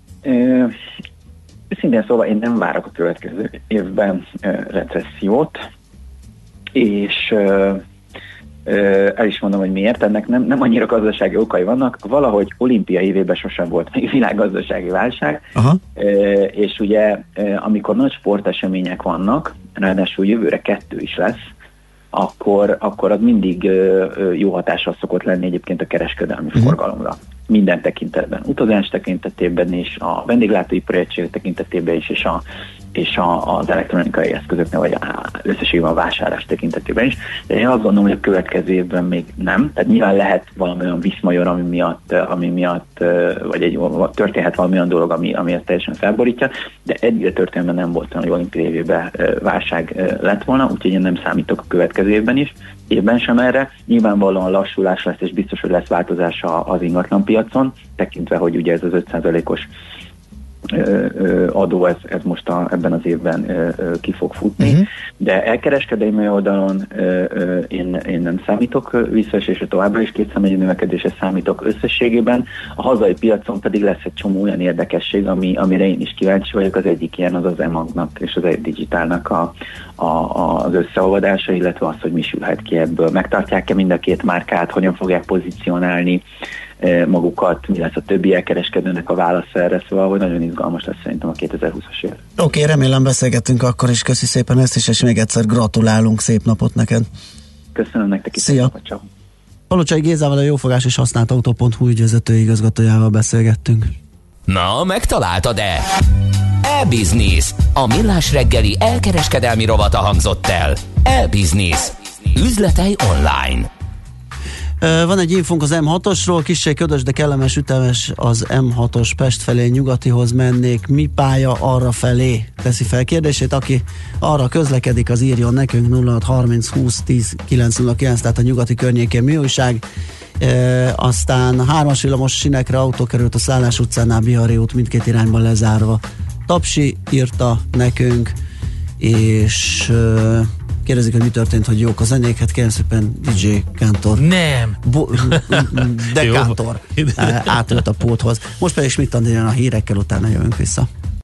Szintén szóval én nem várok a következő évben recessziót, és el is mondom, hogy miért. Ennek nem annyira gazdasági okai vannak. Valahogy olimpia évében sosem volt még világgazdasági válság, és ugye amikor nagy sportesemények vannak, ráadásul jövőre 2 is lesz, akkor az mindig jó hatással szokott lenni egyébként a kereskedelmi forgalomra. Minden tekintetben, utazás tekintetében is, a vendéglátóipari egységek tekintetében is, és az elektronikai eszközöknek, vagy összességében a vásárlás tekintetében is. De én azt gondolom, hogy a következő évben még nem. Tehát nyilván lehet valami olyan viszmajor, ami miatt vagy történhet valami olyan dolog, ami ezt teljesen felborítja, de egyre történetben nem volt olyan, hogy olimpiai évben válság lett volna, úgyhogy én nem számítok a következő évben sem erre. Nyilvánvalóan lassulás lesz, és biztos, hogy lesz változás az ingatlanpiacon, tekintve, hogy ugye ez az 5%-os adó, ez most ebben az évben ki fog futni, de elkereskedelmi oldalon én nem számítok visszaesésre, továbbra is kétszámjegyű növekedésre számítok összességében. A hazai piacon pedig lesz egy csomó olyan érdekesség, amire én is kíváncsi vagyok. Az egyik ilyen az EMAG-nak és az Digitalnak az összeolvadása, illetve az, hogy mi sülhet ki ebből. Megtartják-e mind a két márkát, hogyan fogják pozícionálni magukat, mi lesz a többi elkereskedőnek a válasz erre, szóval hogy nagyon izgalmas lesz szerintem a 2020-as év. Oké, remélem beszélgetünk akkor is, köszi szépen ezt is, és még egyszer gratulálunk, szép napot neked. Köszönöm nektek is. Szia! Palocsai Gézával, a Jófogás és Használt Autó.hu ügyvezető igazgatójával beszélgettünk. Na, megtaláltad-e? E-Business, a millás reggeli elkereskedelmi rovata hangzott el. E-Business. Üzletei online. Van egy infónk az M6-osról, kissé ködös, de kellemes ütemes az M6-os Pest felé nyugatihoz mennék. Mi pálya arra felé? Teszi fel kérdését, aki arra közlekedik, az írjon nekünk 0630 20 10 909, tehát a nyugati környékén mi újság. Aztán 3-as villamos sinekre autó került a Szállás utcánál, Bihari út mindkét irányban lezárva. Tapsi írta nekünk, és kérdezik, hogy mi történt, hogy jók a zenék, hát kérem szépen DJ Kántor. Nem! De Kántor átült a pulthoz. Most pedig Schmidt Andi a hírekkel, utána jövünk vissza.